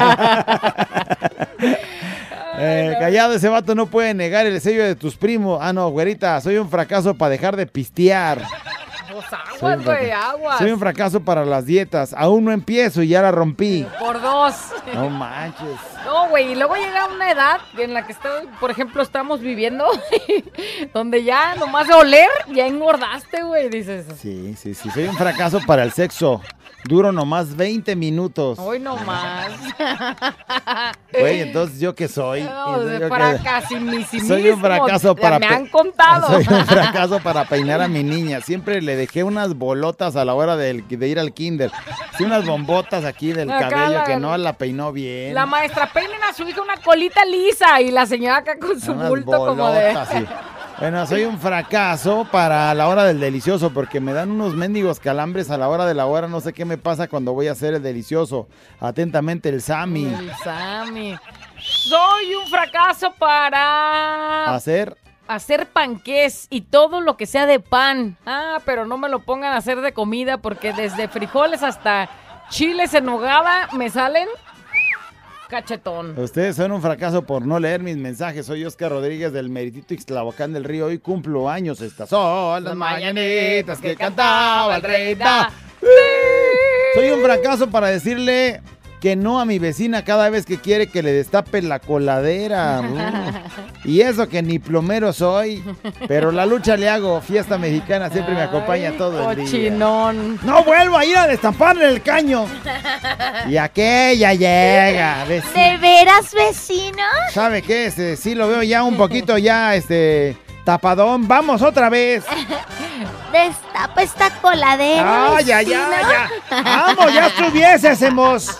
Callado, ese vato no puede negar el sello de tus primos. Ah, no, güerita, soy un fracaso para dejar de pistear. Aguas, güey, aguas. Soy un fracaso para las dietas. Aún no empiezo y ya la rompí. Por 2. No manches. No, güey, y luego llega una edad en la que, por ejemplo, estamos viviendo, donde ya nomás de oler, ya engordaste, güey, dices. Sí. Soy un fracaso para el sexo. Duro nomás 20 minutos. Hoy nomás. Güey, entonces, ¿yo qué soy? No, de fracasimísimo. Soy un fracaso para... Me han contado. Soy un fracaso para peinar a mi niña. Siempre le dejé unas bolotas a la hora de ir al kinder. Sí, unas bombotas aquí del cabello que no la peinó bien. La maestra, peinen a su hija una colita lisa y la señora acá con su bulto como de... Sí. Bueno, soy un fracaso para la hora del delicioso porque me dan unos mendigos calambres a la hora de la hora. No sé qué me pasa cuando voy a hacer el delicioso. Atentamente, el Sammy. El Sammy. Soy un fracaso para... ¿Hacer panqués y todo lo que sea de pan. Pero no me lo pongan a hacer de comida porque desde frijoles hasta chiles en nogada me salen... cachetón. Ustedes son un fracaso por no leer mis mensajes. Soy Oscar Rodríguez del Meritito Ixtlahuacán del Río. Hoy cumplo años. Estas son las mañanitas que cantaba el rey. Soy un fracaso para decirle que no a mi vecina cada vez que quiere que le destape la coladera. Y eso que ni plomero soy, pero la lucha le hago. Fiesta mexicana siempre me acompaña todo el día. Cochinón. No vuelvo a ir a destaparle el caño. Y aquella llega, vecino. ¿De veras, vecino? ¿Sabe qué? Sí lo veo ya un poquito tapadón. Vamos otra vez. Destapa esta coladera. Ya. Vamos, ya estuviésemos.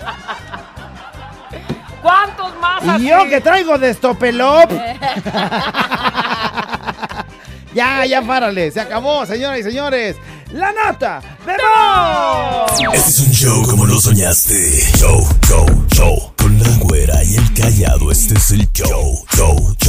¿Cuántos más? Y yo que traigo de estopelop. Ya, párale. Se acabó, señoras y señores. La nota de voz. Este es un show como lo soñaste. Show. Con la güera y el callado. Este es el show.